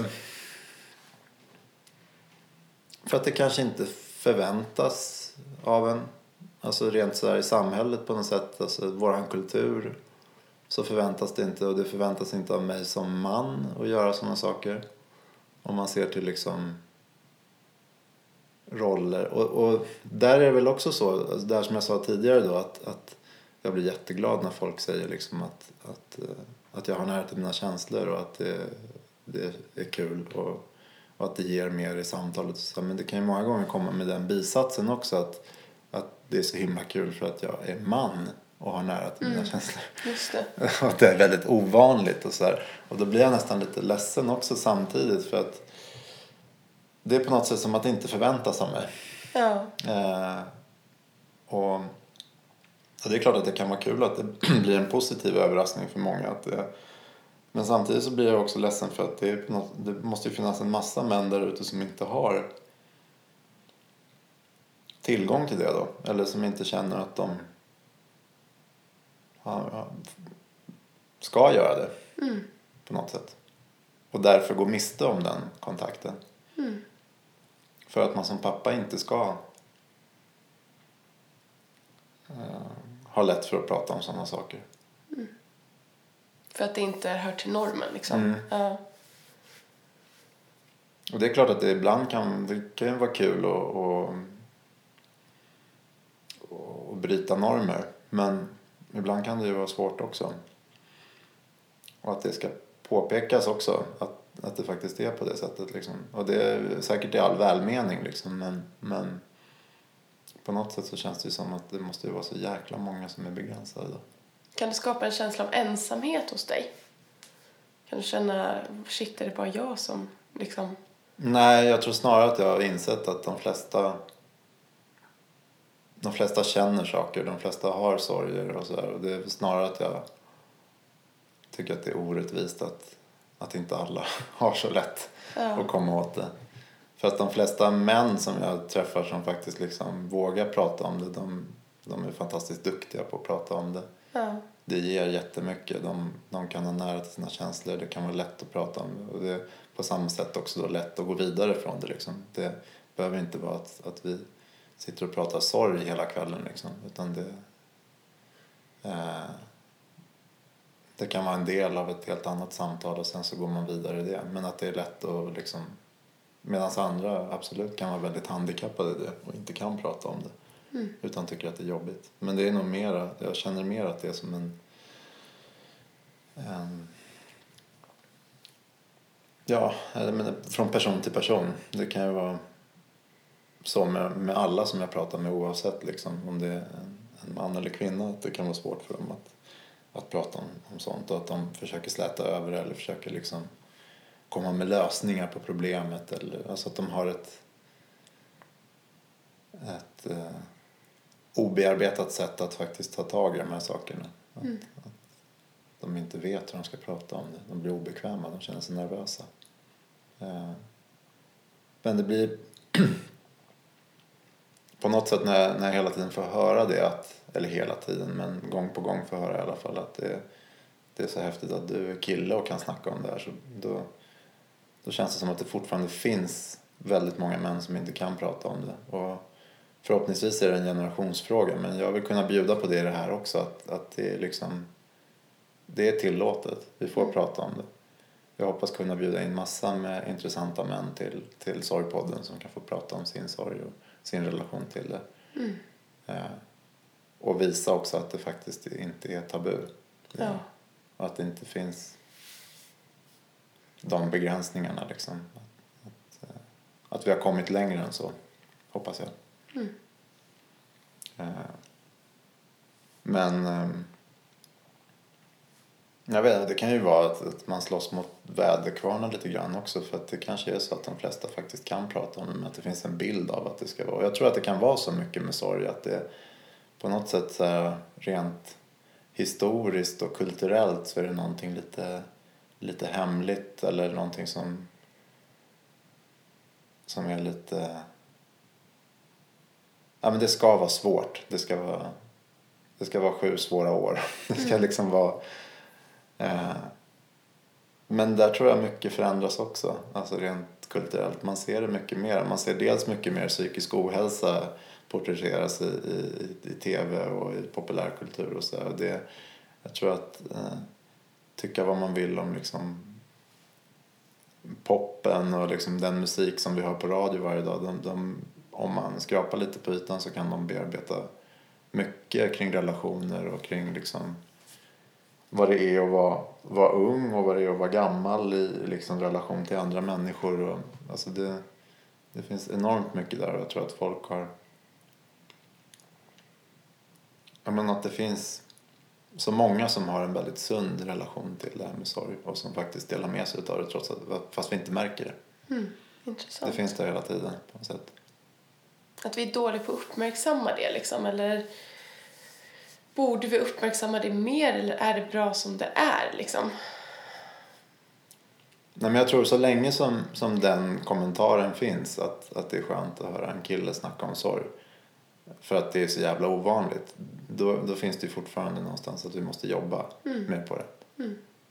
det kanske inte förväntas av en. Alltså rent så här i samhället på något sätt. Alltså våran kultur. Så förväntas det inte. Och det förväntas inte av mig som man att göra sådana saker. Om man ser till liksom roller. Och där är det väl också så. Alltså där som jag sa tidigare då. Att jag blir jätteglad när folk säger liksom att jag har nära till mina känslor. Och att det är kul. Och att det ger mer i samtalet. Men det kan ju många gånger komma med den bisatsen också. Att det är så himla kul för att jag är man och har nära till mina känslor. Just det. Och att det är väldigt ovanligt och så här. Och då blir jag nästan lite ledsen också samtidigt. För att det är på något sätt som att det inte förväntas av mig. Ja. Och det är klart att det kan vara kul att det blir en positiv överraskning för många. Men samtidigt så blir jag också ledsen för att det måste ju finnas en massa män där ute som inte har tillgång till det då. Eller som inte känner att de ska göra det på något sätt. Och därför gå miste om den kontakten. För att man som pappa inte ska ha lätt för att prata om sådana saker. För att det inte hör till normen liksom. Ja. Och det är klart att det ibland kan vara kul att bryta normer. Men ibland kan det ju vara svårt också. Och att det ska påpekas också att det faktiskt är på det sättet. Liksom. Och det är säkert i all välmening. Liksom, men på något sätt så känns det ju som att det måste ju vara så jäkla många som är begränsade då. Kan det skapa en känsla av ensamhet hos dig? Kan du känna, shit, är det bara jag som liksom... Nej, jag tror snarare att jag har insett att de flesta känner saker. De flesta har sorger och sådär. Och det är snarare att jag tycker att det är orättvist att inte alla har så lätt att komma åt det. För att de flesta män som jag träffar som faktiskt liksom vågar prata om det, de är fantastiskt duktiga på att prata om det. Ja. Det ger jättemycket. De kan ha nära till sina känslor. Det kan vara lätt att prata om det. Och det är på samma sätt också då lätt att gå vidare från det. Liksom. Det behöver inte vara att vi sitter och pratar sorg hela kvällen. Liksom. Utan det kan vara en del av ett helt annat samtal och sen så går man vidare i det. Men att det är lätt att liksom... Medan andra absolut kan vara väldigt handikappade i det och inte kan prata om det. Utan tycker att det är jobbigt. Men det är nog mera, jag känner mer att det är som en men från person till person. Det kan ju vara så med alla som jag pratar med oavsett liksom, om det är en man eller kvinna, att det kan vara svårt för dem att prata om sånt och att de försöker släta över eller försöker liksom komma med lösningar på problemet eller alltså att de har ett obearbetat sätt att faktiskt ta tag i de här sakerna. Att de inte vet hur de ska prata om det. De blir obekväma, de känner sig nervösa. Men det blir på något sätt när jag hela tiden får höra det eller hela tiden, men gång på gång får höra i alla fall att det är så häftigt att du är kille och kan snacka om det här, så då känns det som att det fortfarande finns väldigt många män som inte kan prata om det. Och förhoppningsvis är det en generationsfråga, men jag vill kunna bjuda på det i det här också, att det är liksom, det är tillåtet. Vi får prata om det. Jag hoppas kunna bjuda in massa med intressanta män till Sorgpodden som kan få prata om sin sorg och sin relation till det. Och visa också att det faktiskt inte är tabu. Ja. Och att det inte finns de begränsningarna liksom. Att vi har kommit längre än så, hoppas jag. Men jag vet, det kan ju vara att man slåss mot väderkvarnar lite grann också, för att det kanske är så att de flesta faktiskt kan prata om det, men att det finns en bild av att det ska vara. Jag tror att det kan vara så mycket med sorg att det på något sätt så här, rent historiskt och kulturellt så är det någonting lite hemligt eller någonting som är lite, ja men det ska vara svårt, det ska vara 7 svåra år. Det ska liksom vara Men där tror jag mycket förändras också. Alltså rent kulturellt. Man ser det mycket mer. Man ser dels mycket mer psykisk ohälsa porträtteras i tv och i populärkultur och så. Och det, jag tror att tycka vad man vill om liksom poppen och liksom den musik som vi hör på radio varje dag. Om man skrapar lite på ytan så kan de bearbeta mycket kring relationer och kring liksom vad det är att vara ung och vad det är att vara gammal i liksom relation till andra människor. Och, alltså det finns enormt mycket där och jag tror att folk har... Jag menar att det finns så många som har en väldigt sund relation till det här med sorg och som faktiskt delar med sig av det trots att, fast vi inte märker det. Intressant. Det finns där hela tiden på något sätt. Att vi är dåliga på att uppmärksamma det liksom, eller borde vi uppmärksamma det mer eller är det bra som det är liksom? Nej, men jag tror så länge som den kommentaren finns att det är skönt att höra en kille snacka om sorg för att det är så jävla ovanligt, då finns det ju fortfarande någonstans att vi måste jobba mer på det.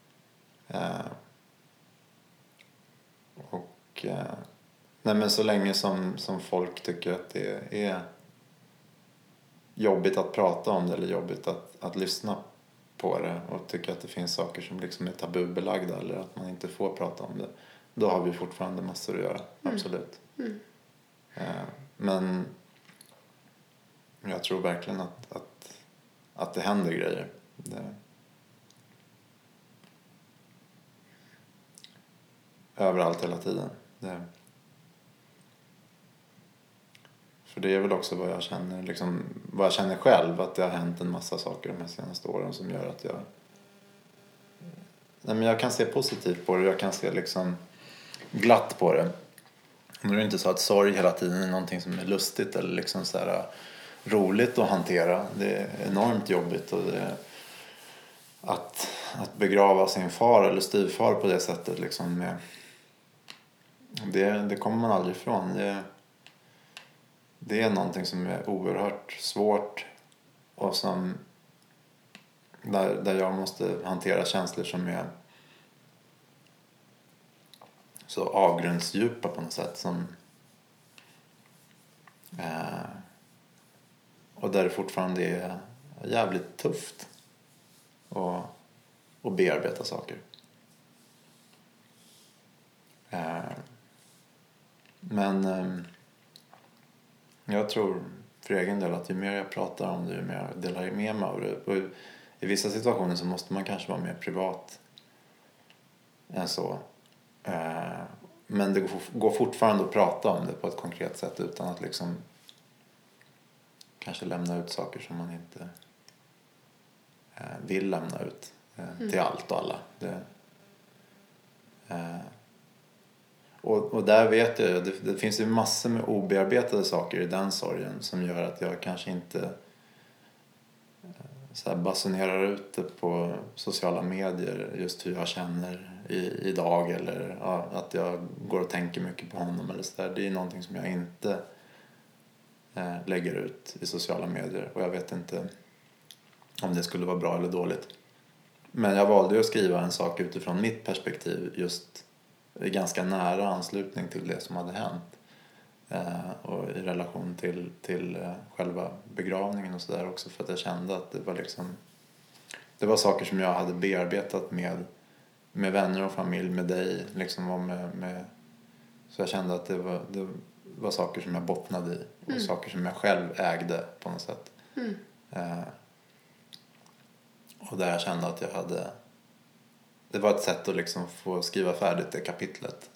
Nej, men så länge som folk tycker att det är jobbigt att prata om det eller jobbigt att lyssna på det och tycker att det finns saker som liksom är tabubelagda eller att man inte får prata om det, då har vi fortfarande massor att göra, absolut. Men jag tror verkligen att det händer grejer. Överallt hela tiden. För det är väl också vad jag känner, liksom, vad jag känner själv, att det har hänt en massa saker de här senaste åren som gör att jag kan se positivt på det, jag kan se liksom glatt på det. Nu är det inte så att sorg hela tiden är någonting som är lustigt eller liksom så här roligt att hantera. Det är enormt jobbigt och det är att begrava sin far eller styvfar på det sättet liksom det kommer man aldrig ifrån. Det är någonting som är oerhört svårt och som där jag måste hantera känslor som är så avgrundsdjupa på något sätt som och där det fortfarande är jävligt tufft och bearbeta saker. Men jag tror för egen del att ju mer jag pratar om det, ju mer jag delar med mig av det. Och i vissa situationer så måste man kanske vara mer privat än så. Men det går fortfarande att prata om det på ett konkret sätt utan att liksom kanske lämna ut saker som man inte vill lämna ut till allt och alla. Och där vet jag, det finns ju massor med obearbetade saker i den sorgen som gör att jag kanske inte så här basunerar ut det på sociala medier just hur jag känner idag eller att jag går och tänker mycket på honom eller så där. Det är någonting som jag inte lägger ut i sociala medier och jag vet inte om det skulle vara bra eller dåligt. Men jag valde att skriva en sak utifrån mitt perspektiv just i ganska nära anslutning till det som hade hänt och i relation till själva begravningen och sådär också för att jag kände att det var saker som jag hade bearbetat med vänner och familj, med dig liksom, och med så jag kände att det var saker som jag bottnade i och saker som jag själv ägde på något sätt. Och där jag kände att det var ett sätt att liksom få skriva färdigt det kapitlet.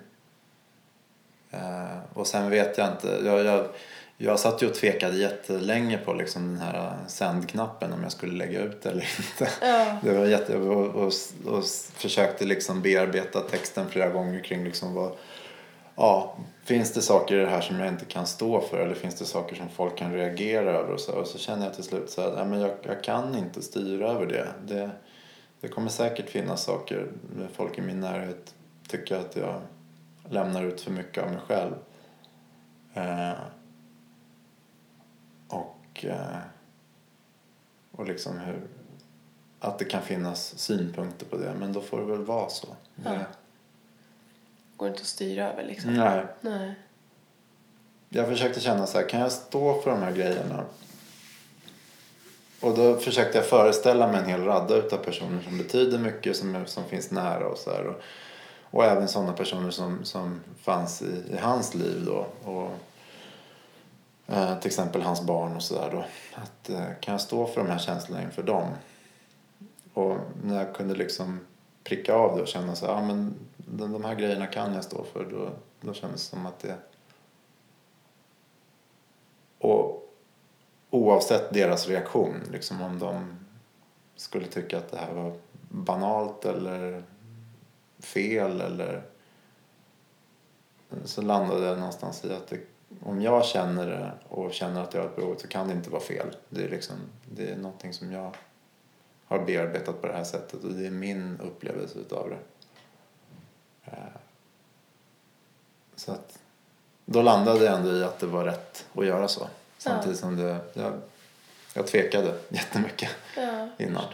Och sen vet jag inte, jag satt ju och tvekade jättelänge på liksom den här sändknappen om jag skulle lägga ut det eller inte. Ja. Det var och försökte liksom bearbeta texten flera gånger kring liksom finns det saker i det här som jag inte kan stå för eller finns det saker som folk kan reagera över och så känner jag till slut så att men jag kan inte styra över det. Det kommer säkert finnas saker med folk i min närhet tycker att jag lämnar ut för mycket av mig själv. Och liksom att det kan finnas synpunkter på det. Men då får det väl vara så. Det... Går inte att styra över liksom. Nej. Jag försökte känna så här, kan jag stå för de här grejerna? Och då försökte jag föreställa mig en hel radda utav personer som betyder mycket, som finns nära och så här. Och även sådana personer som fanns i hans liv då. Och till exempel hans barn och sådär då. Att kan jag stå för de här känslorna inför dem? Och när jag kunde liksom pricka av det och känna så här, ja men de här grejerna kan jag stå för. Då kändes det som att det... Och oavsett deras reaktion, liksom om de skulle tycka att det här var banalt eller fel eller... Så landade jag någonstans i att om jag känner det och känner att jag har ett behov, så kan det inte vara fel. Det är någonting som jag har bearbetat på det här sättet och det är min upplevelse utav det. Så att då landade jag ändå i att det var rätt att göra så. Samtidigt som jag tvekade jättemycket innan.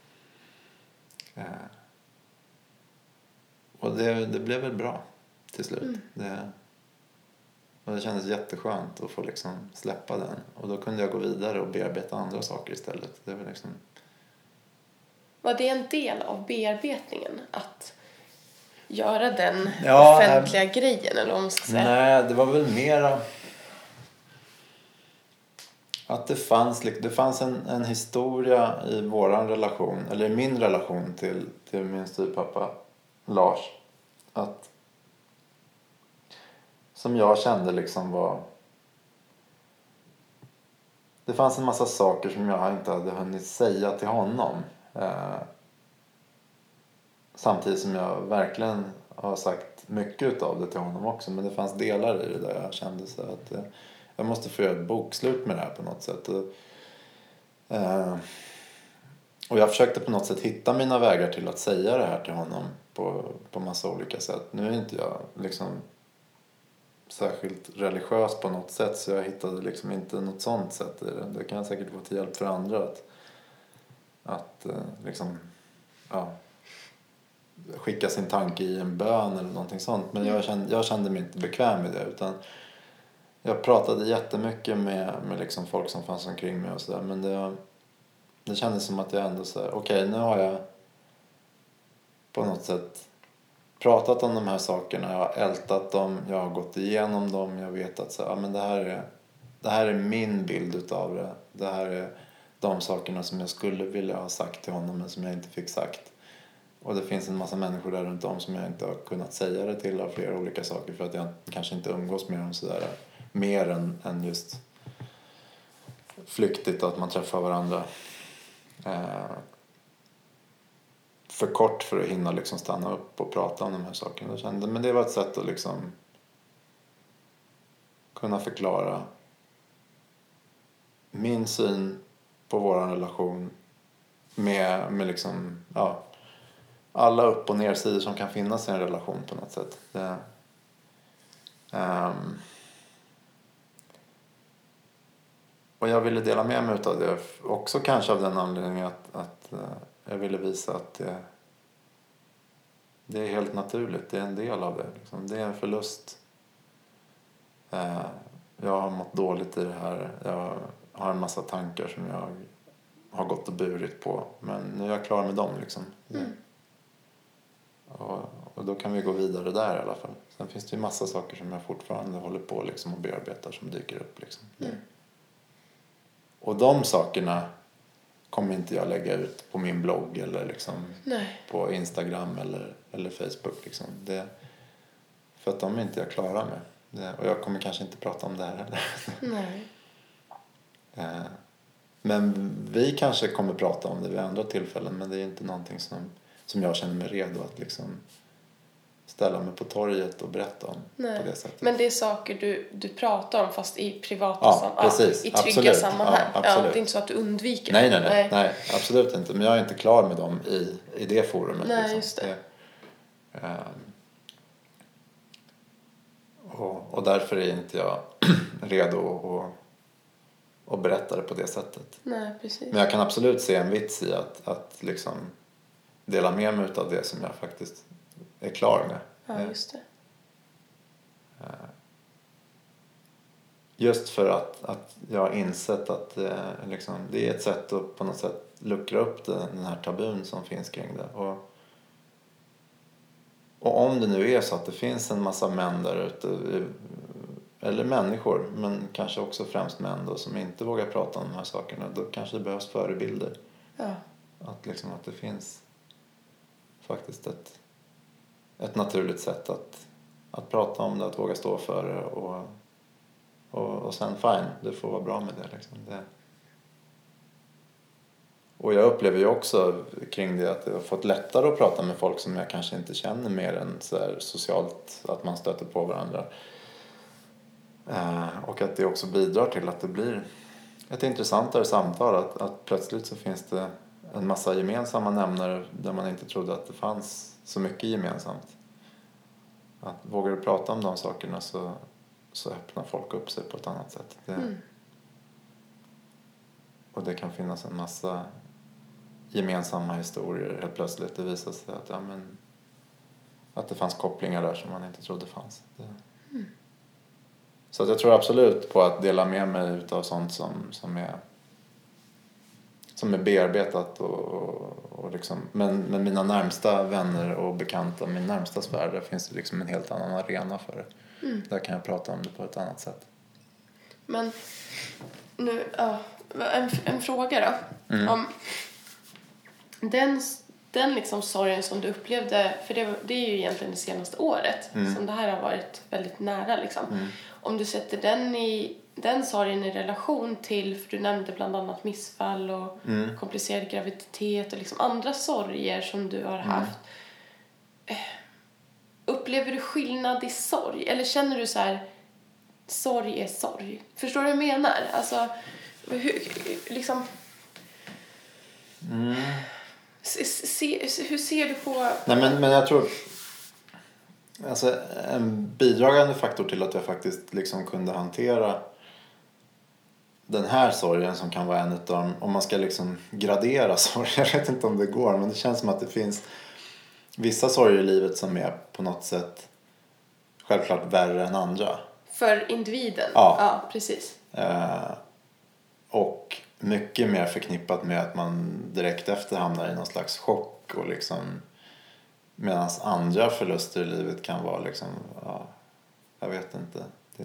Och det blev väl bra till slut. Och det kändes jätteskönt att få liksom släppa den. Och då kunde jag gå vidare och bearbeta andra saker istället. Det var liksom... Var det en del av bearbetningen? Att göra den offentliga grejen? Eller om man ska säga? Nej, det var väl mera... Att det fanns en historia i våran relation. Eller i min relation till min styvpappa Lars. Som jag kände liksom var... Det fanns en massa saker som jag inte hade hunnit säga till honom. Samtidigt som jag verkligen har sagt mycket av det till honom också. Men det fanns delar i det där jag kände så att jag måste få göra ett bokslut med det här på något sätt. Och jag försökte på något sätt hitta mina vägar till att säga det här till honom på massa olika sätt. Nu är inte jag liksom särskilt religiös på något sätt, så jag hittade liksom inte något sånt sätt i det. Det kan säkert vara till hjälp för andra att liksom skicka sin tanke i en bön eller någonting sånt. Men jag kände mig inte bekväm med det, utan jag pratade jättemycket med liksom folk som fanns omkring mig och sådär. Men det kändes som att jag ändå så okej, nu har jag på något sätt pratat om de här sakerna, jag har ältat dem, jag har gått igenom dem, jag vet att men det här är min bild utav det. Det här är de sakerna som jag skulle vilja ha sagt till honom men som jag inte fick sagt. Och det finns en massa människor där runt om som jag inte har kunnat säga det till av flera olika saker för att jag kanske inte umgås med dem sådär mer än just flyktigt att man träffar varandra för kort för att hinna liksom stanna upp och prata om de här sakerna. Jag kände, men det var ett sätt att liksom kunna förklara min syn på vår relation med liksom, alla upp- och nersidor som kan finnas i en relation på något sätt. Och jag ville dela med mig av det också, kanske av den anledningen att jag ville visa att det är helt naturligt, det är en del av det. Liksom. Det är en förlust. Jag har mått dåligt i det här. Jag har en massa tankar som jag har gått och burit på. Men nu är jag klar med dem. Liksom. Och då kan vi gå vidare där i alla fall. Sen finns det ju massa saker som jag fortfarande håller på liksom, och bearbetar som dyker upp. Liksom. Och de sakerna kommer inte jag lägga ut på min blogg eller liksom på Instagram eller Facebook. Liksom. För att de är inte jag klara med. Och jag kommer kanske inte prata om det här heller. Nej. Men vi kanske kommer prata om det vid andra tillfällen. Men det är inte någonting som jag känner mig redo att liksom ställa mig på torget och berätta om på det sättet. Men det är saker du pratar om fast i privata sammanhang. I trygga absolut. sammanhang. Ja, det är inte så att du undviker Nej, absolut inte. Men jag är inte klar med dem i det forumet. Nej, liksom. just det. Och därför är inte jag redo och berätta det på det sättet. Nej, precis. Men jag kan absolut se en vits i att liksom dela med mig av det som jag faktiskt är klar med. Ja, just det. Just för att jag har insett att liksom, det är ett sätt att på något sätt luckra upp den här tabun som finns kring det. Och om det nu är så att det finns en massa män där ute, eller människor, men kanske också främst män då, som inte vågar prata om de här sakerna, då kanske det behövs förebilder. Ja. Att det finns faktiskt ett naturligt sätt att prata om det, att våga stå för det och sen fine, det får vara bra med det liksom. Och jag upplever ju också kring det att jag har fått lättare att prata med folk som jag kanske inte känner mer än så här socialt, att man stöter på varandra. Och att det också bidrar till att det blir ett intressantare samtal, att plötsligt så finns det en massa gemensamma nämnare där man inte trodde att det fanns så mycket gemensamt. Att vågar du prata om de sakerna så öppnar folk upp sig på ett annat sätt. Och det kan finnas en massa gemensamma historier helt plötsligt. Det visar sig att det fanns kopplingar där som man inte trodde fanns. Så att jag tror absolut på att dela med mig av sånt som är bearbetat och liksom, men mina närmsta vänner och bekanta, min närmsta sfär, där finns det liksom en helt annan arena för det. Där kan jag prata om det på ett annat sätt. Men nu, en fråga då. Om den liksom sorgen som du upplevde, för det är ju egentligen det senaste året som det här har varit väldigt nära liksom. Om du sätter den sorgen i relation till, för du nämnde bland annat missfall och komplicerad graviditet och liksom andra sorger som du har haft. Upplever du skillnad i sorg? Eller känner du så här, sorg är sorg? Förstår du vad jag menar? Alltså, liksom... Hur ser du på... Nej, men jag tror... Alltså, en bidragande faktor till att jag faktiskt liksom kunde hantera den här sorgen, som kan vara en utav dem, om man ska liksom gradera sorg, jag vet inte om det går, men det känns som att det finns vissa sorger i livet som är på något sätt självklart värre än andra. För individen? Ja, precis. Och mycket mer förknippat med att man direkt efter hamnar i någon slags chock och liksom, medan andra förluster i livet kan vara liksom, jag vet inte,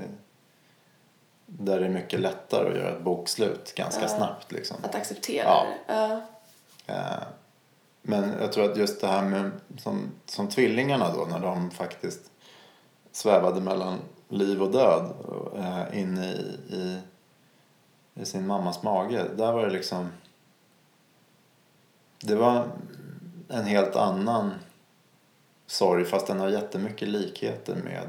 där är det mycket lättare att göra ett bokslut ganska snabbt liksom. Att acceptera det. Men jag tror att just det här med som tvillingarna då, när de faktiskt svävade mellan liv och död inne i sin mammas mage, där var det liksom, det var en helt annan sorg, fast den har jättemycket likheter med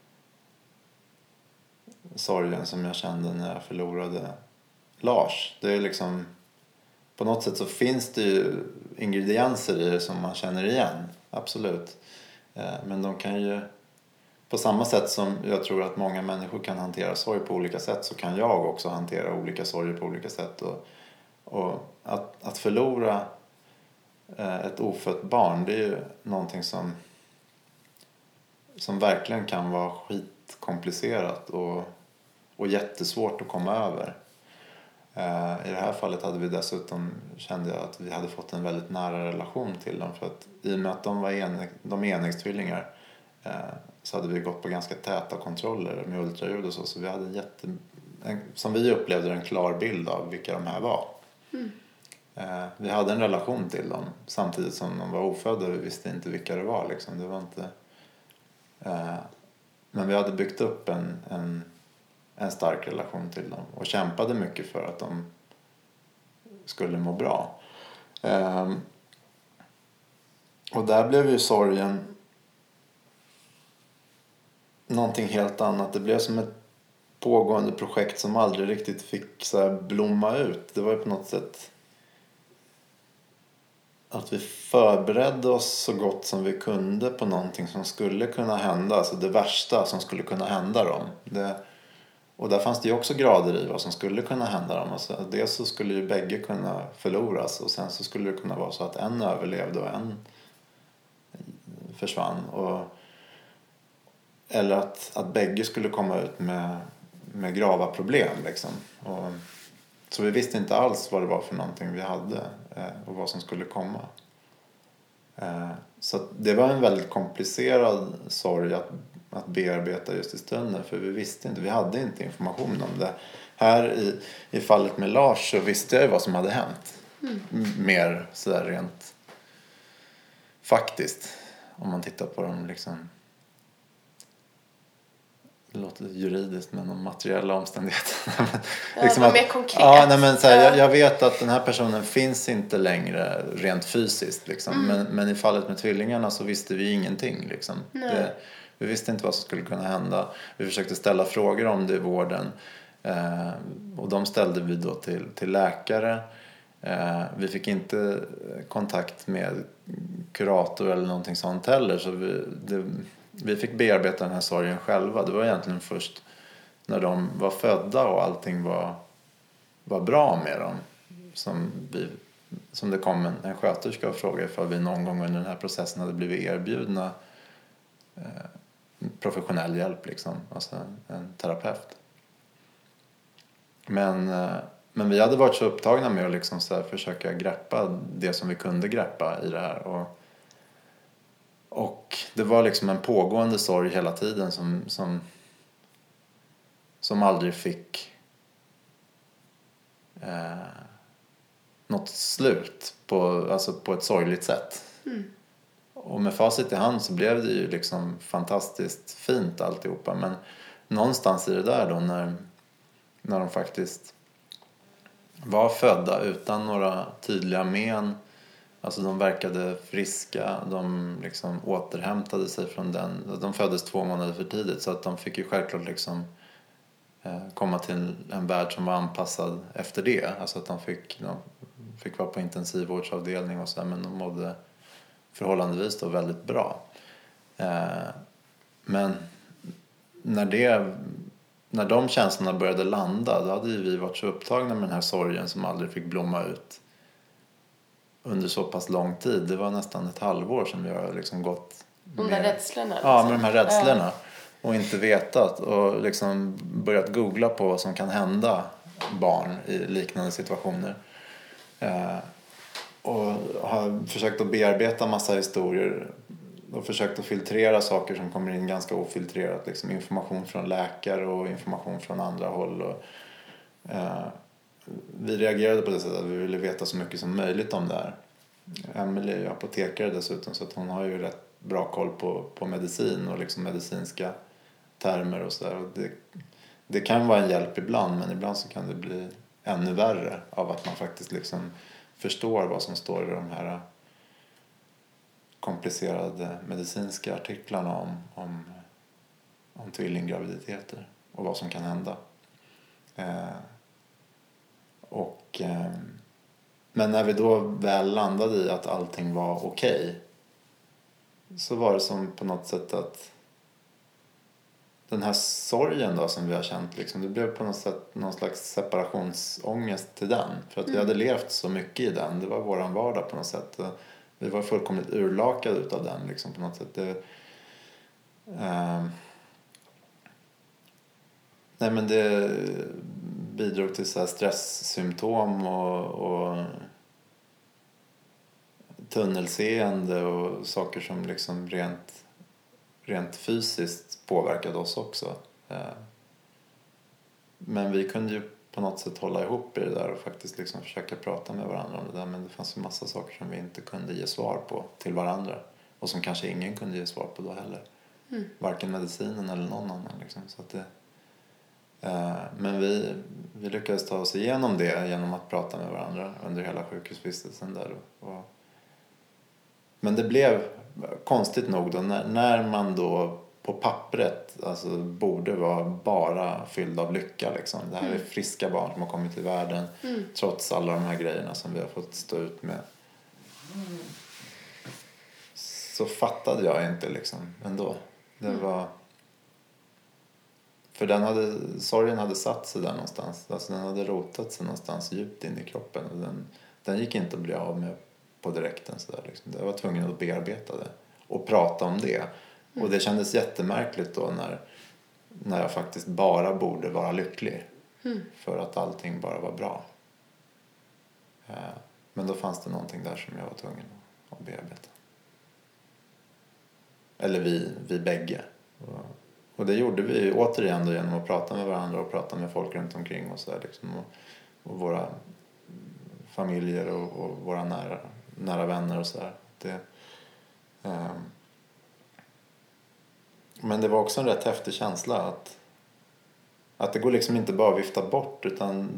sorgen som jag kände när jag förlorade Lars. Det är liksom, på något sätt så finns det ju ingredienser i det som man känner igen, absolut. Men de kan ju, på samma sätt som jag tror att många människor kan hantera sorg på olika sätt, så kan jag också hantera olika sorger på olika sätt. Och att förlora ett ofött barn, det är ju någonting som verkligen kan vara skitkomplicerat och jättesvårt att komma över. I det här fallet hade vi dessutom, kände jag, att vi hade fått en väldigt nära relation till dem, för att i och med att de är enäggstvillingar, så hade vi gått på ganska täta kontroller med ultraljud och så vi hade som vi upplevde, en klar bild av vilka de här var. Vi hade en relation till dem samtidigt som de var ofödda. Vi visste inte vilka det var liksom. Det var inte, men vi hade byggt upp en stark relation till dem och kämpade mycket för att de skulle må bra. Och där blev ju sorgen någonting helt annat. Det blev som ett pågående projekt som aldrig riktigt fick så här blomma ut. Det var ju på något sätt att vi förberedde oss så gott som vi kunde på någonting som skulle kunna hända. Alltså det värsta som skulle kunna hända dem. Och där fanns det ju också grader i vad som skulle kunna hända dem. Alltså, dels så skulle ju bägge kunna förloras och sen så skulle det kunna vara så att en överlevde och en försvann. Eller att bägge skulle komma ut med grava problem liksom. Så vi visste inte alls vad det var för någonting vi hade och vad som skulle komma. Så det var en väldigt komplicerad sorg att bearbeta just i stunden. För vi visste inte, vi hade inte information om det. Här i fallet med Lars så visste jag ju vad som hade hänt. Mer sådär rent faktiskt. Om man tittar på dem liksom. Det låter juridiskt men de materiella omständigheterna. Ja, liksom de är mer konkret. Ja, nej, men så här, jag vet att den här personen finns inte längre rent fysiskt. Liksom. Men i fallet med tvillingarna så visste vi ingenting. Liksom. Vi visste inte vad som skulle kunna hända. Vi försökte ställa frågor om det i vården. Och de ställde vi då till läkare. Vi fick inte kontakt med kurator eller någonting sånt heller. Så vi fick bearbeta den här sorgen själva. Det var egentligen först när de var födda och allting var bra med dem som det kom en sköterska och frågade ifall vi någon gång under den här processen hade blivit erbjudna professionell hjälp liksom, alltså en terapeut. Men vi hade varit så upptagna med att liksom så här försöka greppa det som vi kunde greppa i det här och det var liksom en pågående sorg hela tiden som aldrig fick något slut på ett sorgligt sätt. Och med facit i hand så blev det ju liksom fantastiskt fint alltihopa. Men någonstans i det där då när de faktiskt var födda utan några tydliga men. Alltså de verkade friska, de liksom återhämtade sig från den. De föddes 2 månader för tidigt så att de fick ju självklart liksom komma till en värld som var anpassad efter det. Alltså att de fick vara på intensivvårdsavdelning och så där, men de mådde förhållandevis då väldigt bra. Men när de känslorna började landa då hade ju vi varit så upptagna med den här sorgen som aldrig fick blomma ut under så pass lång tid. Det var nästan ett halvår som vi har liksom gått de där rädslorna. Ja, med de här rädslorna. Och inte vetat och liksom börjat googla på vad som kan hända barn i liknande situationer. Och har försökt att bearbeta massa historier och försökt att filtrera saker som kommer in ganska ofiltrerat. Liksom information från läkare och information från andra håll. Och, vi reagerade på det sättet att vi ville veta så mycket som möjligt om det här. Emelie är ju apotekare dessutom så att hon har ju rätt bra koll på medicin och liksom medicinska termer och sådär. Det kan vara en hjälp ibland men ibland så kan det bli ännu värre av att man faktiskt liksom förstår vad som står i de här komplicerade medicinska artiklarna om tvillinggraviditeter och vad som kan hända. Men när vi då väl landade i att allting var okej så var det som på något sätt att den här sorgen då som vi har känt liksom, det blev på något sätt någon slags separationsångest till den. För att vi hade levt så mycket i den. Det var våran vardag på något sätt. Vi var fullkomligt urlakade utav den liksom på något sätt. Nej men det bidrog till så här stresssymptom och tunnelseende och saker som liksom rent fysiskt påverkade oss också. Men vi kunde ju på något sätt hålla ihop i det där och faktiskt liksom försöka prata med varandra om det där. Men det fanns ju massa saker som vi inte kunde ge svar på till varandra. Och som kanske ingen kunde ge svar på då heller. Varken medicinen eller någon annan liksom. Så att men vi lyckades ta oss igenom det genom att prata med varandra under hela sjukhusvistelsen där. Men det blev konstigt nog då när man då på pappret alltså borde vara bara fylld av lycka liksom. Det här är friska barn som har kommit till världen trots alla de här grejerna som vi har fått stå ut med. Så fattade jag inte liksom ändå. Det var sorgen hade satt sig där någonstans. Alltså den hade rotat sig någonstans djupt in i kroppen. Och den gick inte att bli av med på direkten. Så där, liksom. Jag var tvungen att bearbeta det. Och prata om det. Och det kändes jättemärkligt då när jag faktiskt bara borde vara lycklig. För att allting bara var bra. Men då fanns det någonting där som jag var tvungen att bearbeta. Eller vi bägge. Och det gjorde vi återigen då genom att prata med varandra och prata med folk runt omkring och så där liksom. Och våra familjer och våra nära vänner och så där. Men det var också en rätt häftig känsla att det går liksom inte bara att vifta bort utan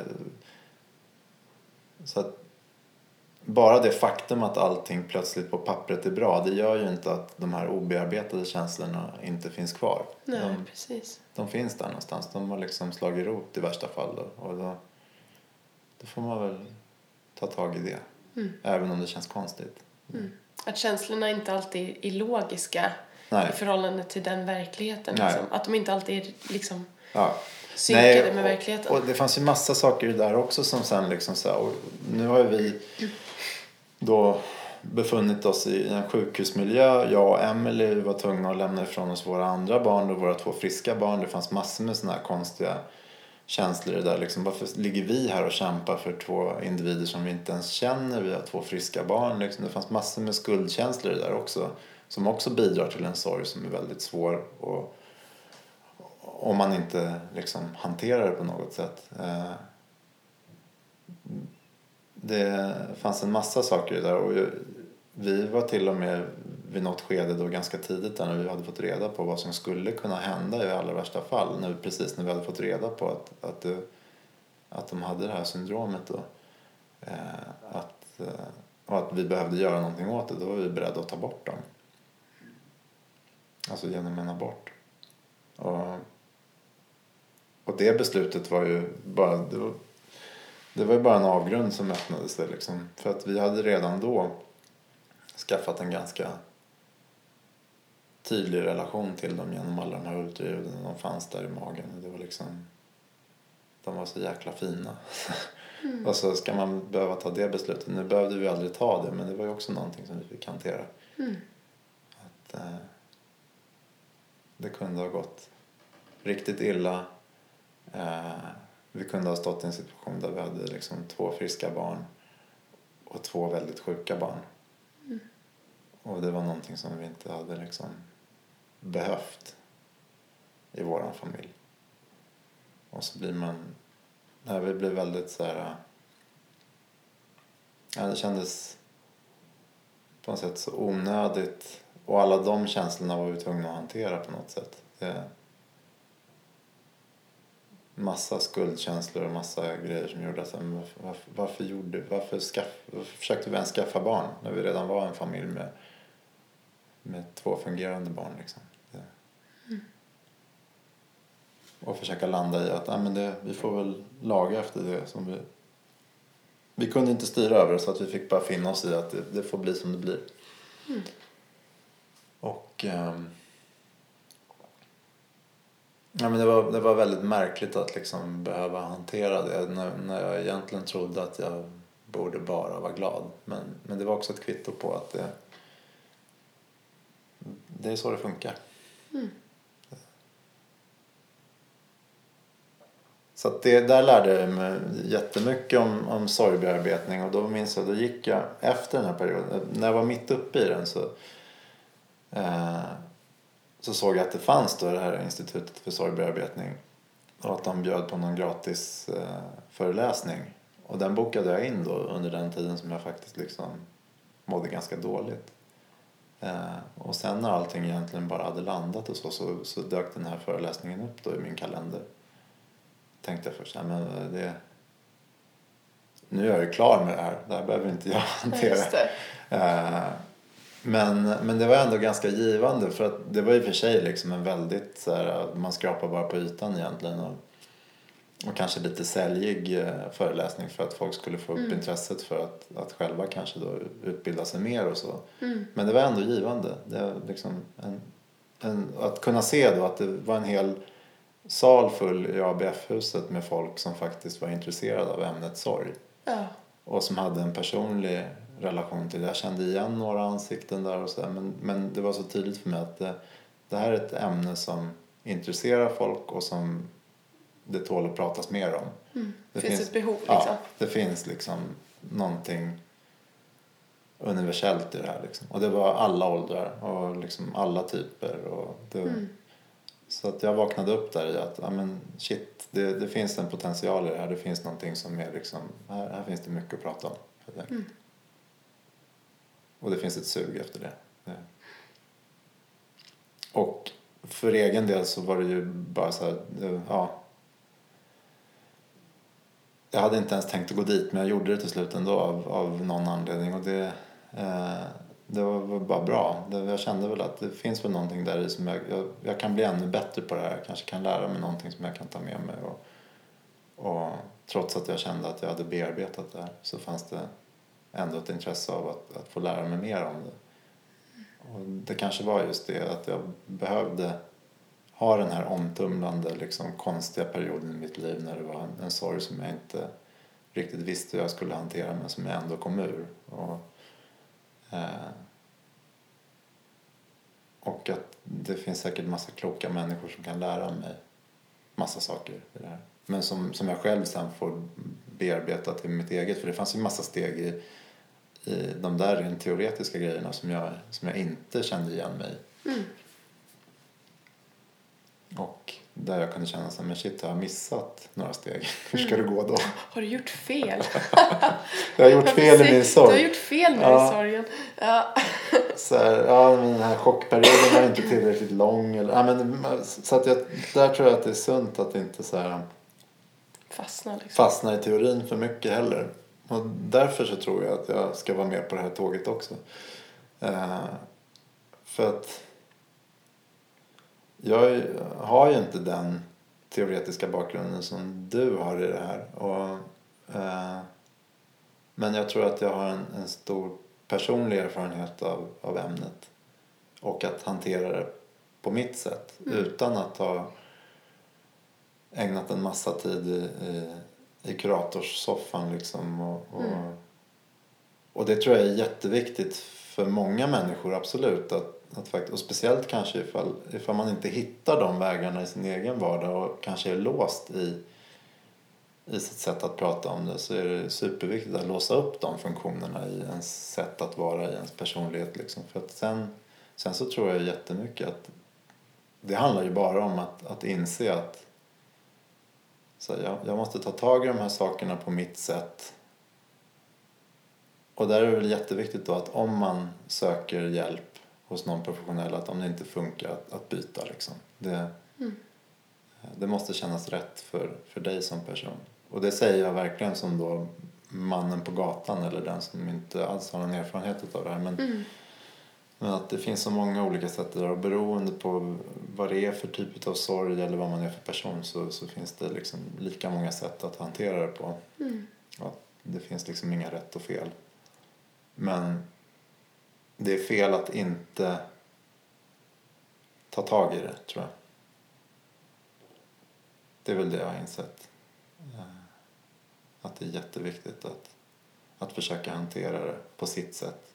så att bara det faktum att allting plötsligt på pappret är bra, det gör ju inte att de här obearbetade känslorna inte finns kvar. Nej, precis. De finns där någonstans. De har liksom slagit rot i värsta fall. Och då får man väl ta tag i det. Även om det känns konstigt. Att känslorna inte alltid är logiska i förhållande till den verkligheten. Liksom. Att de inte alltid är liksom synkade med verkligheten. Och det fanns ju massa saker där också som sen liksom så här, och nu har ju vi då befunnit oss i en sjukhusmiljö. Jag och Emily var tvungna att lämna ifrån oss våra andra barn och våra 2 friska barn. Det fanns massor med såna här konstiga känslor där liksom. Varför ligger vi här och kämpar för 2 individer som vi inte ens känner? Vi har 2 friska barn liksom. Det fanns massor med skuldkänslor där också. Som också bidrar till en sorg som är väldigt svår och om man inte liksom hanterar det på något sätt. Det fanns en massa saker där och vi var till och med vid något skede då ganska tidigt där när vi hade fått reda på vad som skulle kunna hända i allra värsta fall. Precis när vi hade fått reda på att de hade det här syndromet då. Och att vi behövde göra någonting åt det. Då var vi beredda att ta bort dem. Alltså genom en abort. Och det beslutet var ju bara... Det var ju bara en avgrund som öppnade sig liksom. För att vi hade redan då skaffat en ganska tydlig relation till dem genom alla de här ultraljuden. De fanns där i magen. Det var liksom... De var så jäkla fina. Och så ska man behöva ta det beslutet. Nu behövde vi aldrig ta det. Men det var ju också någonting som vi fick hantera. Att det kunde ha gått riktigt illa. Vi kunde ha stått i en situation där vi hade liksom 2 friska barn och 2 väldigt sjuka barn. Och det var någonting som vi inte hade liksom behövt i våran familj. Och så blir man... Nej, vi blev väldigt så här... Ja, det kändes på något sätt så onödigt. Och alla de känslorna var vi tvungna att hantera på något sätt. Massa skuldkänslor och massa grejer som gjorde att varför försökte vi ens skaffa barn när vi redan var en familj med 2 fungerande barn liksom. Och försöka landa i att vi får väl laga efter det som vi kunde inte styra över, så att vi fick bara finna oss i att det får bli som det blir. Och ja, men det var väldigt märkligt att liksom behöva hantera det när jag egentligen trodde att jag borde bara vara glad. Men det var också ett kvitto på att det är så det funkar. Så att där lärde jag mig jättemycket om sorgbearbetning. Och då minns jag, då gick jag efter den här perioden. När jag var mitt uppe i den så såg jag att det fanns då det här institutet för sorgbearbetning. Och att de bjöd på någon gratis föreläsning. Och den bokade jag in då under den tiden som jag faktiskt liksom mådde ganska dåligt. Och sen när allting egentligen bara hade landat och så dök den här föreläsningen upp då i min kalender. Tänkte jag först, nu är jag ju klar med det här. Det här behöver inte jag hantera. Men det var ändå ganska givande, för att det var ju för sig liksom en väldigt så här, man skrapar bara på ytan egentligen och kanske lite säljig föreläsning för att folk skulle få upp intresset för att själva kanske då utbilda sig mer och så. Men det var ändå givande. Det var liksom att kunna se då att det var sal full i ABF-huset med folk som faktiskt var intresserade av ämnet sorg. Ja. Och som hade en personlig relation till det. Jag kände igen några ansikten där och så här, men det var så tydligt för mig att det här är ett ämne som intresserar folk och som det tål att pratas mer om. Det finns ett behov liksom. Ja, det finns liksom någonting universellt i det här liksom. Och det var alla åldrar och liksom alla typer och så att jag vaknade upp där i att shit, det finns en potential i det här. Det finns någonting som är liksom, här finns det mycket att prata om. Och det finns ett sug efter det. Och för egen del så var det ju bara så här, jag hade inte ens tänkt att gå dit, men jag gjorde det till slut ändå av någon anledning. Och det var bara bra. Jag kände väl att det finns väl någonting där i som jag kan bli ännu bättre på det här. Jag kanske kan lära mig någonting som jag kan ta med mig. Och trots att jag kände att jag hade bearbetat det här så fanns det ändå ett intresse av att få lära mig mer om det. Och det kanske var just det att jag behövde ha den här omtumlande, liksom, konstiga perioden i mitt liv när det var en sorg som jag inte riktigt visste hur jag skulle hantera men som jag ändå kom ur. Och att det finns säkert massa kloka människor som kan lära mig massa saker i det här. Men som jag själv sen får bearbeta till mitt eget. För det fanns ju massa steg i de där rent teoretiska grejerna som jag inte kände igen mig. Och där jag kunde känna så men shit, jag har missat några steg. Hur ska det gå då? Har du gjort fel? Jag har gjort fel i min sorg. Du har gjort fel med i sorgen. Ja. Så här, men den här chockperioden var inte tillräckligt lång. Så att där tror jag att det är sunt att inte så här fastna i teorin för mycket heller. Och därför så tror jag att jag ska vara med på det här tåget också. För att jag har ju inte den teoretiska bakgrunden som du har i det här. Men jag tror att jag har en stor personlig erfarenhet av ämnet. Och att hantera det på mitt sätt. Utan att ha ägnat en massa tid i kuratorssoffan liksom. Och det tror jag är jätteviktigt för många människor, absolut. Att faktiskt, och speciellt kanske ifall man inte hittar de vägarna i sin egen vardag och kanske är låst i sitt sätt att prata om det, så är det superviktigt att låsa upp de funktionerna i ens sätt att vara, i ens personlighet liksom. För att sen så tror jag jättemycket att det handlar ju bara om att inse att så jag måste ta tag i de här sakerna på mitt sätt. Och där är det väl jätteviktigt då att om man söker hjälp hos någon professionell, att om det inte funkar att byta liksom. Det måste kännas rätt för dig som person. Och det säger jag verkligen som då mannen på gatan eller den som inte alls har någon erfarenhet av det här. Men att det finns så många olika sätt där, och beroende på vad det är för typ av sorg eller vad man är för person så finns det liksom lika många sätt att hantera det på. Att det finns liksom inga rätt och fel. Men det är fel att inte ta tag i det, tror jag. Det är väl det jag har insett. Att det är jätteviktigt att försöka hantera det på sitt sätt.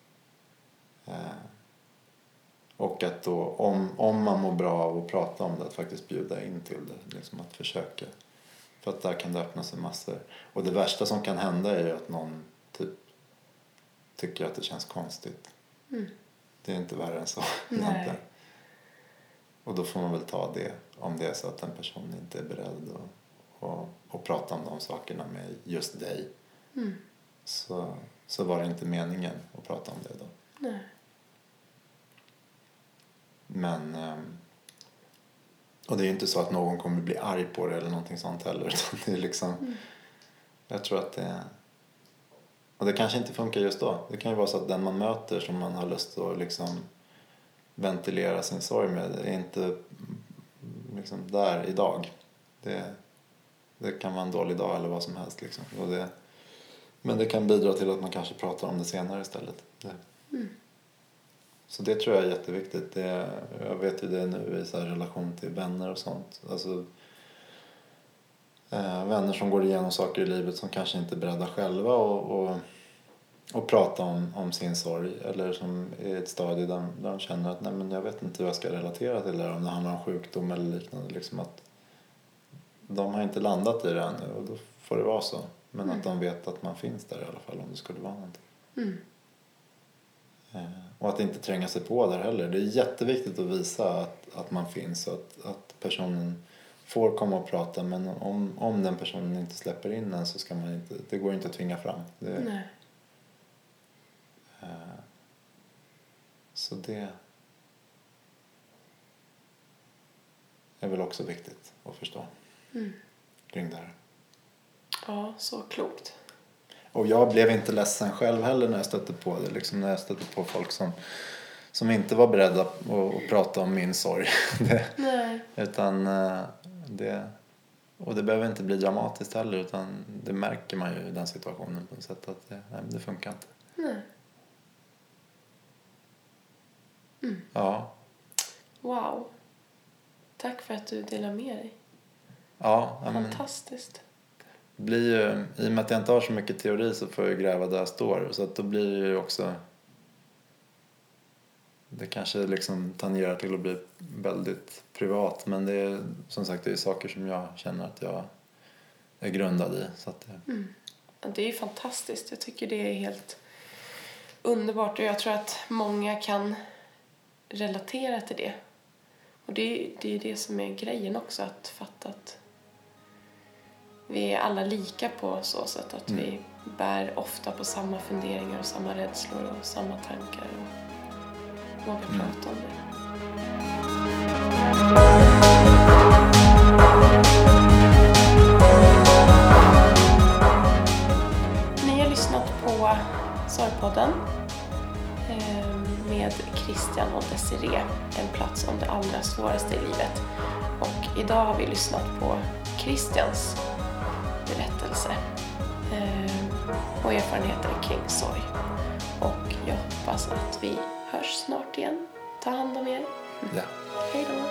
Och att då, om man mår bra av att prata om det, att faktiskt bjuda in till det. Liksom att försöka. För att där kan det öppna sig massor. Och det värsta som kan hända är ju att någon typ tycker att det känns konstigt. Det är inte värre än så. Nej. Och då får man väl ta det, om det är så att en person inte är beredd att prata om de sakerna med just dig. Så var det inte meningen att prata om det då. Nej. Men och det är ju inte så att någon kommer bli arg på det eller någonting sånt heller. Utan det är liksom, jag tror att och det kanske inte funkar just då. Det kan ju vara så att den man möter som man har lust att liksom ventilera sin sorg med är inte liksom där idag. Det kan vara en dålig dag eller vad som helst liksom. Men det kan bidra till att man kanske pratar om det senare istället. Så det tror jag är jätteviktigt. Jag vet ju det nu i så här relation till vänner och sånt. Alltså, vänner som går igenom saker i livet som kanske inte är beredda själva och prata om sin sorg. Eller som är ett stadie där de känner att nej, men jag vet inte hur jag ska relatera till det. Om det handlar om sjukdom eller liknande. Liksom att de har inte landat i det ännu och då får det vara så. Men att de vet att man finns där i alla fall om det skulle vara någonting. Och att inte tränga sig på där heller. Det är jätteviktigt att visa att man finns och att personen får komma och prata. Men om den personen inte släpper in den så ska man inte, det går inte att tvinga fram. Nej. Så det är väl också viktigt att förstå kring det här. Ja, så klokt. Och jag blev inte ledsen själv heller när jag stötte på det. Liksom när jag stötte på folk som inte var beredda att prata om min sorg. Nej. Utan och det behöver inte bli dramatiskt heller. Utan det märker man ju i den situationen på ett sätt att det funkar inte. Nej. Ja. Wow. Tack för att du delar med dig. Ja. Fantastiskt. Blir ju, i och med att jag inte har så mycket teori så får jag gräva där jag står. Så att då blir det ju också... Det kanske liksom tangerar till att bli väldigt privat. Men det är som sagt det är saker som jag känner att jag är grundad i. Så att Det är ju fantastiskt. Jag tycker det är helt underbart. Och jag tror att många kan relatera till det. Och det är det som är grejen också. Att fatta att vi är alla lika på så sätt. Att vi bär ofta på samma funderingar och samma rädslor och samma tankar. Och våga prata om det. Ni har lyssnat på Sorgpodden med Christian och Desiree, en plats om det allra svåraste i livet. Och idag har vi lyssnat på Christians berättelse och erfarenheter kring sorg. Och jag hoppas att vi hörs snart igen. Ta hand om er. Ja. Hej då.